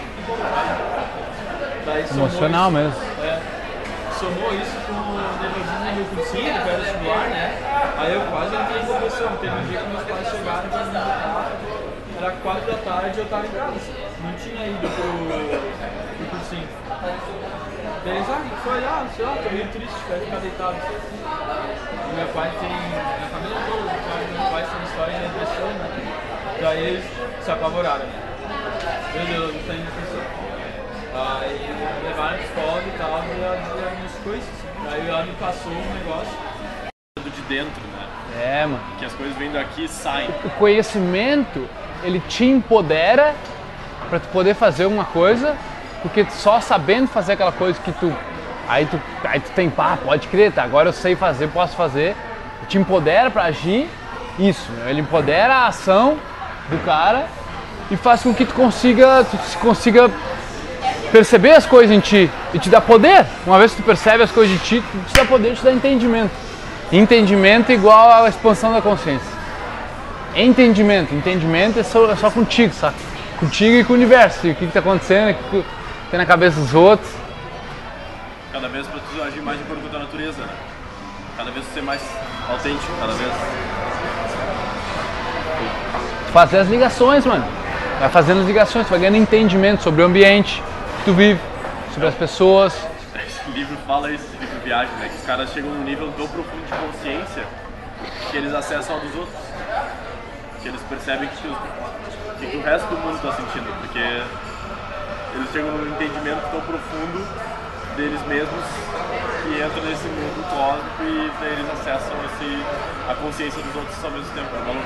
Daí Emocional isso, mesmo. Somou isso com o nervosismo no cursinho, que era vestibular, né? Aí eu quase entrei em depressão. Teve um dia que meus pais chegaram pra me visitar, era 4 da tarde e eu tava em casa. Não tinha ido pro cursinho. Eles, foi lá, sei lá, tô meio triste, quero ficar deitado. E meu pai tem, minha família toda, meu pai tem história de depressão, né? Daí eles se apavoraram. Meu Deus, eu tô em depressão. Aí me levaram pro psicólogo e tal, e diagnosticou isso. Aí ela me passou um negócio. De dentro, né? É, mano. Que as coisas vindo aqui saem. O conhecimento, ele te empodera pra tu poder fazer uma coisa, porque só sabendo fazer aquela coisa que tu... Aí tu tem, pode crer, tá, agora eu sei fazer, posso fazer. Te empodera pra agir, isso, ele empodera a ação do cara e faz com que tu consiga perceber as coisas em ti e te dá poder. Uma vez que tu percebe as coisas de ti, te dá poder, te dá entendimento. Entendimento igual à expansão da consciência. Entendimento é só contigo, sabe? Contigo e com o universo. E o que está acontecendo, o que tem na cabeça dos outros. Cada vez para tu agir mais de acordo com a tua natureza, né? Cada vez tu ser mais autêntico, cada vez. Fazer as ligações, mano. vai fazendo as ligações, vai ganhando entendimento sobre o ambiente que tu vive, sobre as pessoas. Esse livro fala isso, esse livro Viagem, né? Que os caras chegam num nível tão profundo de consciência que eles acessam a dos outros. Que eles percebem que o resto do mundo está sentindo, porque eles chegam num entendimento tão profundo deles mesmos que entram nesse mundo cósmico e daí eles acessam a consciência dos outros ao mesmo tempo. É uma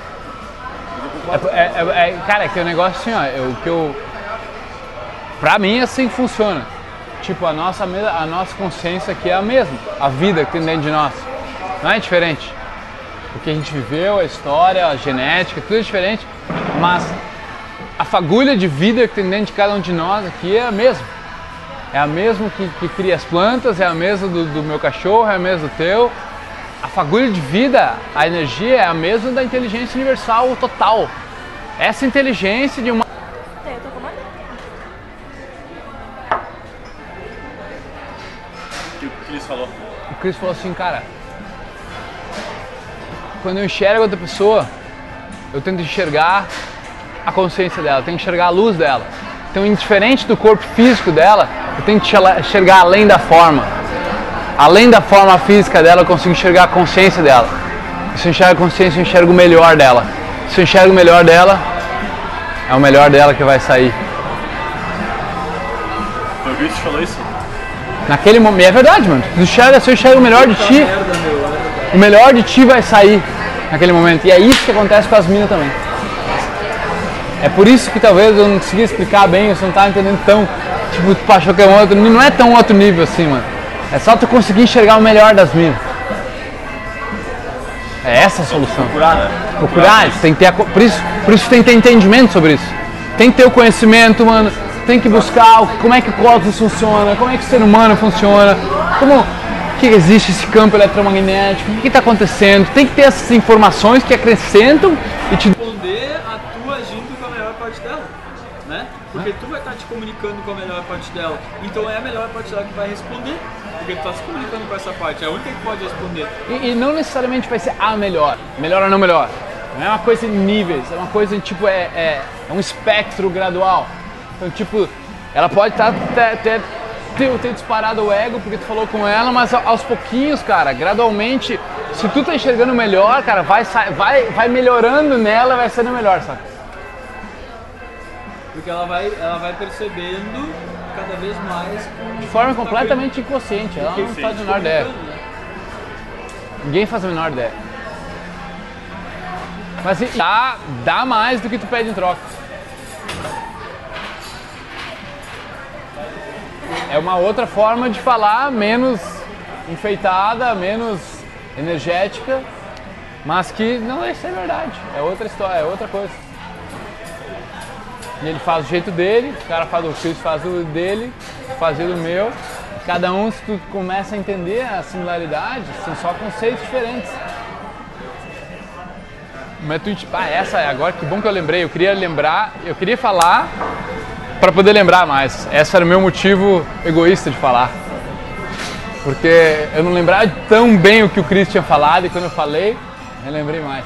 loucura. Cara, que o negócio assim, ó, pra mim é assim que funciona. Tipo, a nossa consciência aqui é a mesma, a vida que tem dentro de nós, não é diferente. O que a gente viveu, a história, a genética, tudo é diferente, mas a fagulha de vida que tem dentro de cada um de nós aqui é a mesma. É a mesma que cria as plantas, é a mesma do meu cachorro, é a mesma do teu. A fagulha de vida, a energia é a mesma da inteligência universal total. Essa inteligência de uma... O que o Chris falou? O Chris falou assim, cara, quando eu enxergo outra pessoa, eu tento enxergar a consciência dela, eu tento enxergar a luz dela. Então, indiferente do corpo físico dela, eu tenho que enxergar além da forma. Além da forma física dela, eu consigo enxergar a consciência dela. Se eu enxergo a consciência, eu enxergo o melhor dela. Se eu enxergo o melhor dela, é o melhor dela que vai sair. Foi o Chris que falou isso? Naquele momento, é verdade, mano. Se eu enxergo o melhor de ti, o melhor de ti vai sair naquele momento. E é isso que acontece com as minas também. É por isso que talvez eu não consegui explicar bem, você não estava entendendo tão, tipo, tu achou que é um outro nível, não é tão outro nível assim, mano. É só tu conseguir enxergar o melhor das minas. É essa a solução. Procurar, né? Procurar, tem que ter por isso tem que ter entendimento sobre isso. Tem que ter o conhecimento, mano. Tem que buscar como é que o cosmos funciona, como é que o ser humano funciona, que existe esse campo eletromagnético, o que está acontecendo. Tem que ter essas informações que acrescentam e te responder a tu agindo com a melhor parte dela, né? Porque tu vai estar te comunicando com a melhor parte dela, então é a melhor parte dela que vai responder, porque tu está se comunicando com essa parte, é a única que pode responder. E não necessariamente vai ser a melhor ou não melhor. Não é uma coisa em níveis, é uma coisa tipo, é um espectro gradual. Então, tipo, ela pode ter disparado o ego porque tu falou com ela, mas aos pouquinhos, cara, gradualmente, se tu tá enxergando melhor, cara, vai melhorando nela, vai sendo melhor, sabe? Porque ela vai percebendo cada vez mais de forma completamente inconsciente, ela não faz a menor ideia. Né? Ninguém faz a menor ideia. Mas assim, dá mais do que tu pede em troca. É uma outra forma de falar, menos enfeitada, menos energética, mas que não vai ser verdade. É outra história, é outra coisa. E ele faz do jeito dele, o cara faz o Chris faz do dele, fazer do meu. Cada um, se tu começa a entender a similaridade, são só conceitos diferentes. Mas tu, agora que bom que eu lembrei, eu queria falar para poder lembrar mais. Esse era o meu motivo egoísta de falar. Porque eu não lembrava tão bem o que o Chris tinha falado e quando eu falei, eu lembrei mais.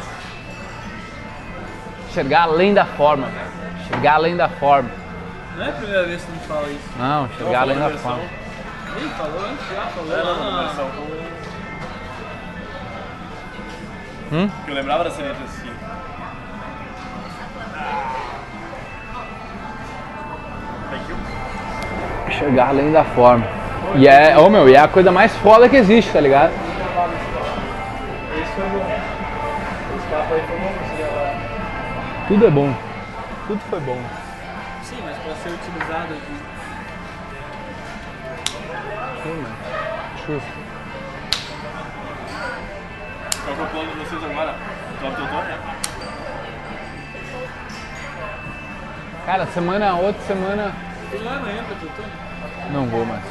Enxergar além da forma, velho. Enxergar além da forma. Não é a primeira vez que tu me fala isso. Não, enxergar além da forma. Ih, falou antes, já falou. O que eu lembrava da seria assim. Enxergar além da forma. E é a coisa mais foda que existe, tá ligado? Esse foi bom. Esse papo aí foi bom pra você agora. Tudo é bom. Tudo foi bom. Sim, mas pra ser utilizado aqui. Sim, mano. True. Qual que é o plano de vocês agora? Top Teutônia? Cara, outra semana... Tu vai amanhã pra Teutônia? Não vou mais.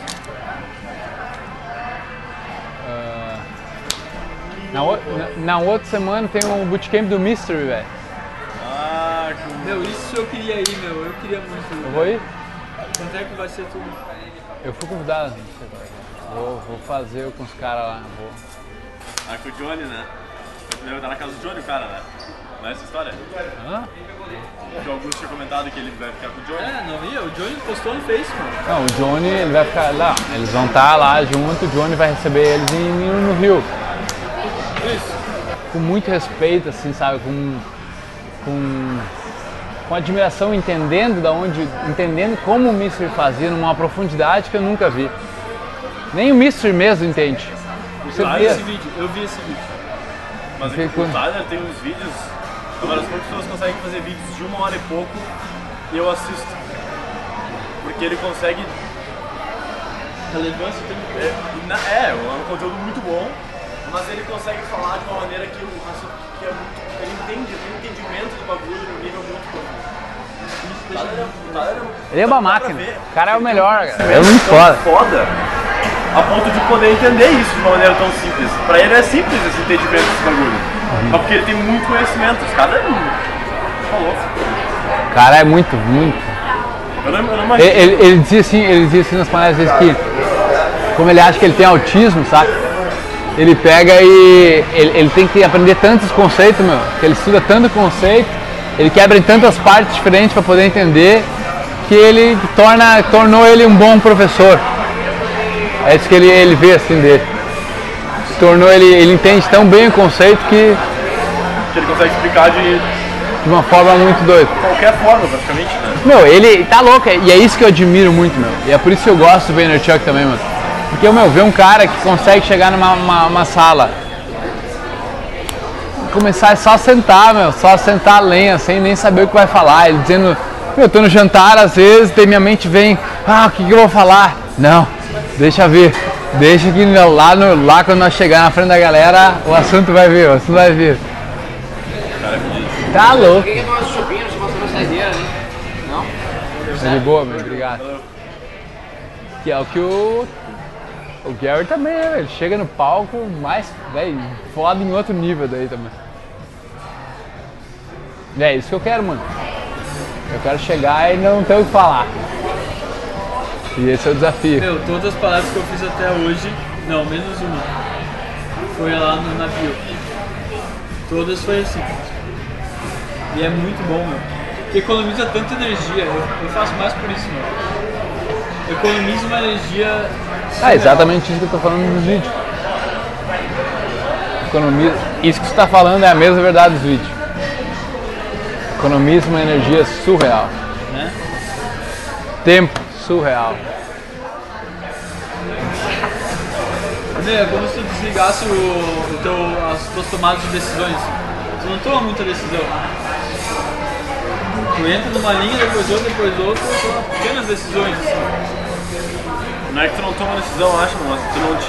Na outra semana tem um bootcamp do Mystery, velho. Ah, que... Meu, isso eu queria ir, meu. Eu queria muito ir. Eu vou ir? Quanto é que vai ser tudo? Eu fui convidado. Vou fazer com os caras lá. Ah, com o Johnny, né? Tá na casa do Johnny o cara, né? Não é essa história? Hã? Que o Augusto tinha comentado que ele vai ficar com o Johnny. Não ia, o Johnny postou no Facebook. Não, o Johnny, ele vai ficar lá, eles vão estar lá junto, o Johnny vai receber eles no Rio. Isso. Com muito respeito, assim, sabe, com admiração, entendendo como o Mister fazia numa profundidade que eu nunca vi. Nem o Mister mesmo entende. Você Ah, vê. Eu vi esse vídeo. Mas é que o Tyler tem uns vídeos, agora as poucas pessoas conseguem fazer vídeos de 1 hora e pouco e eu assisto. Porque ele consegue. Relevância tem que ver. É um conteúdo muito bom, mas ele consegue falar de uma maneira que o assunto que é muito. Ele entende, tem um entendimento do bagulho no nível muito profundo. Ele é uma máquina, o cara é o melhor, cara. É muito foda. A ponto de poder entender isso de uma maneira tão simples. Pra ele é simples esse entendimento desse bagulho. Mas porque ele tem muito conhecimento. Os caras falou. O cara é muito. Eu não imagino. Ele dizia assim nas palestras que, como ele acha que ele tem autismo, sabe? Ele pega e ele tem que aprender tantos conceitos, meu, que ele estuda tanto conceito, ele quebra em tantas partes diferentes para poder entender, que ele tornou ele um bom professor. É isso que ele vê assim dele. Tornou ele entende tão bem o conceito que ele consegue explicar de uma forma muito doida. Qualquer forma, praticamente, né? Meu, ele tá louco, e é isso que eu admiro muito, meu. E é por isso que eu gosto do Vaynerchuk também, mano. Porque, meu, ver um cara que consegue chegar numa sala e começar só a sentar, meu, só a sentar a lenha, sem nem saber o que vai falar. Ele dizendo, meu, eu tô no jantar, às vezes, daí minha mente vem, o que eu vou falar? Não, deixa ver. Deixa que lá quando nós chegar na frente da galera, o assunto vai vir, Tá louco. Quem quer tomar um chupinho, não chama uma saideira, né? Não? Tá de boa, meu, obrigado. Que é o que o Gary também, né, velho? Chega no palco, mais, velho, foda em outro nível daí também. É isso que eu quero, mano. Eu quero chegar e não ter o que falar. E esse é o desafio. Meu, todas as palestras que eu fiz até hoje, não, menos uma, foi lá no navio. Todas foi assim. E é muito bom, meu. Porque economiza tanta energia, eu faço mais por isso, meu. Economiza uma energia. Exatamente isso que eu tô falando nos vídeos. Economiza. Isso que você tá falando é a mesma verdade dos vídeos. Economiza uma energia surreal. Né? Tempo surreal. É como se tu desligasse as tuas tomadas de decisões. Tu não toma muita decisão. Tu entra numa linha, depois outra, toma pequenas decisões. Assim. Não é que tu não toma decisão, acho, mas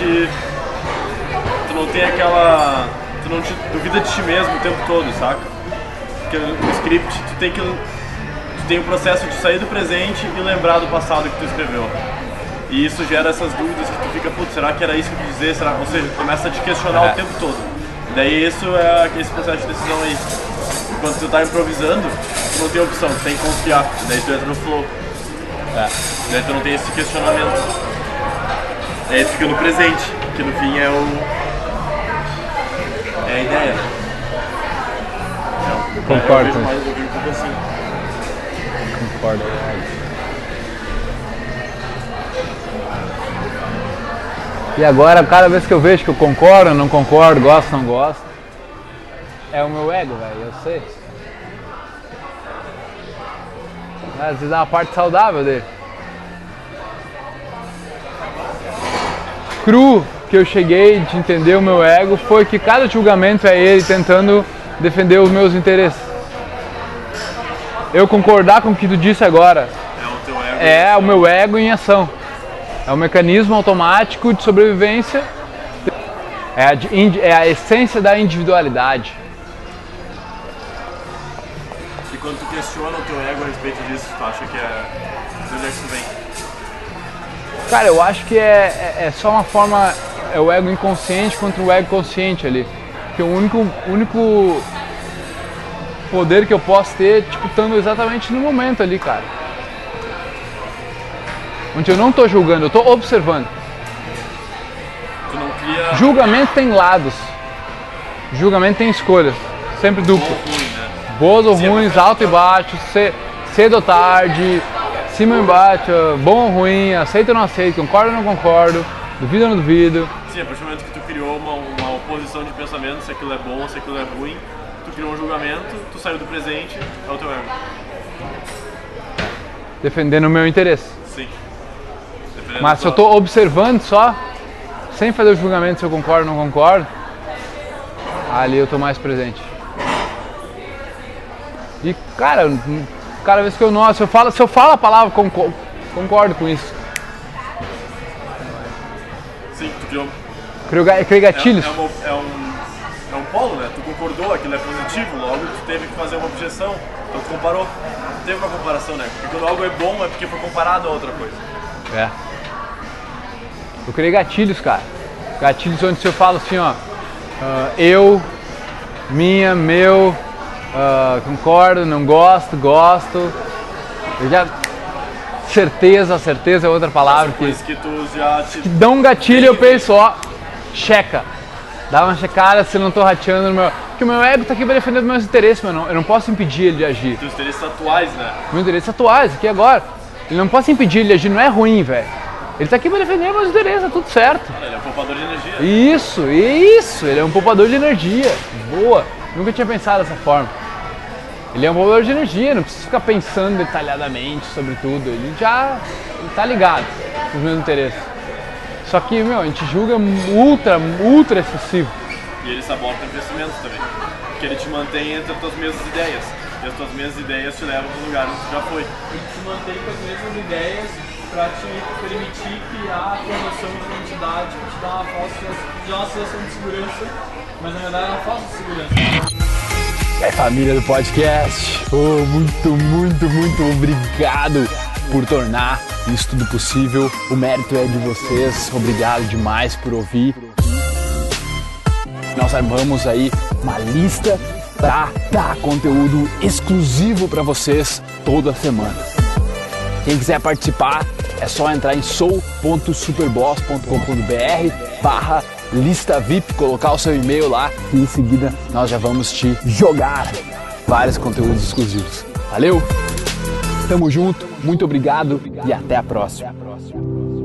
tu não tem aquela. Tu não te duvida de ti mesmo o tempo todo, saca? Porque no script tu tem o processo de sair do presente e lembrar do passado que tu escreveu. E isso gera essas dúvidas que tu fica, putz, será que era isso que eu quis dizer? Ou seja, tu começa a te questionar o tempo todo. Daí isso é esse processo de decisão aí. Quando tu tá improvisando, tu não tem opção, tu tem que confiar. Daí tu entra no flow. Daí tu não tem esse questionamento. Daí tu fica no presente, que no fim é a ideia. Concordo. Eu vejo mais tudo assim. Concordo. E agora, cada vez que eu vejo que eu concordo, não concordo, gosto, não gosto, é o meu ego, velho, eu sei. Às vezes é uma parte saudável dele. Cru que eu cheguei de entender o meu ego foi que cada julgamento é ele tentando defender os meus interesses. Eu concordar com o que tu disse agora é o meu ego em ação. É um mecanismo automático de sobrevivência, é a essência da individualidade. E quando tu questiona o teu ego a respeito disso, tu acha que de onde é que isso vem? Cara, eu acho que é só uma forma, é o ego inconsciente contra o ego consciente ali. Que o único poder que eu posso ter, tipo, estando exatamente no momento ali, cara. Onde eu não estou julgando, eu estou observando. Tu não cria... Julgamento tem lados. Julgamento tem escolhas. Sempre duplo. Ruim, né? Boas ou ruins, alto e baixo, cedo ou tarde, cima ou embaixo, bom ou ruim, aceito ou não aceito, concordo ou não concordo, duvido ou não duvido. Sim, a partir do momento que tu criou uma oposição de pensamento, se aquilo é bom, se aquilo é ruim, tu criou um julgamento, tu saiu do presente, é o teu ego. Defendendo o meu interesse. Sim. Mas se eu tô observando só, sem fazer o julgamento se eu concordo ou não concordo, ali eu tô mais presente. E cara, cada vez que eu se eu falo a palavra concordo com isso. Sim, tu criou. Criei gatilhos. É um polo, né? Tu concordou, aquilo é positivo, logo tu teve que fazer uma objeção, então tu comparou. Teve uma comparação, né? Porque quando algo é bom é porque foi comparado a outra coisa. É. Eu criei gatilhos, cara. Gatilhos onde se eu falo assim, ó, eu, minha, meu, concordo, não gosto, gosto. Eu já certeza é outra palavra que tu já que dá um gatilho, eu penso, ó, checa. Dá uma checada se eu não tô rateando no meu... Porque o meu ego tá aqui pra defender os meus interesses, mas eu não posso impedir ele de agir. Teus interesses atuais, né? Meus interesses atuais, aqui agora. Ele não posso impedir ele de agir, não é ruim, velho. Ele tá aqui pra defender meus interesses, tá tudo certo. Ele é um poupador de energia. Isso, ele é um poupador de energia. Boa, nunca tinha pensado dessa forma. Ele é um poupador de energia, não precisa ficar pensando detalhadamente sobre tudo. Ele tá ligado com os meus interesses. Só que, a gente julga ultra excessivo. E ele sabota o crescimento também. Porque ele te mantém entre as tuas mesmas ideias. E as tuas mesmas ideias te levam para o lugar onde tu já foi. Ele te mantém com as mesmas ideias para te permitir criar a tua noção de identidade, que te dá uma sensação de segurança, mas na verdade é uma falsa segurança. É família do podcast. Muito obrigado por tornar isso tudo possível. O mérito é de vocês. Obrigado demais por ouvir. Nós armamos aí uma lista para dar conteúdo exclusivo para vocês toda semana. Quem quiser participar é só entrar em sou.superboss.com.br/lista VIP, colocar o seu e-mail lá e em seguida nós já vamos te jogar vários conteúdos exclusivos. Valeu? Tamo junto, muito obrigado e até a próxima.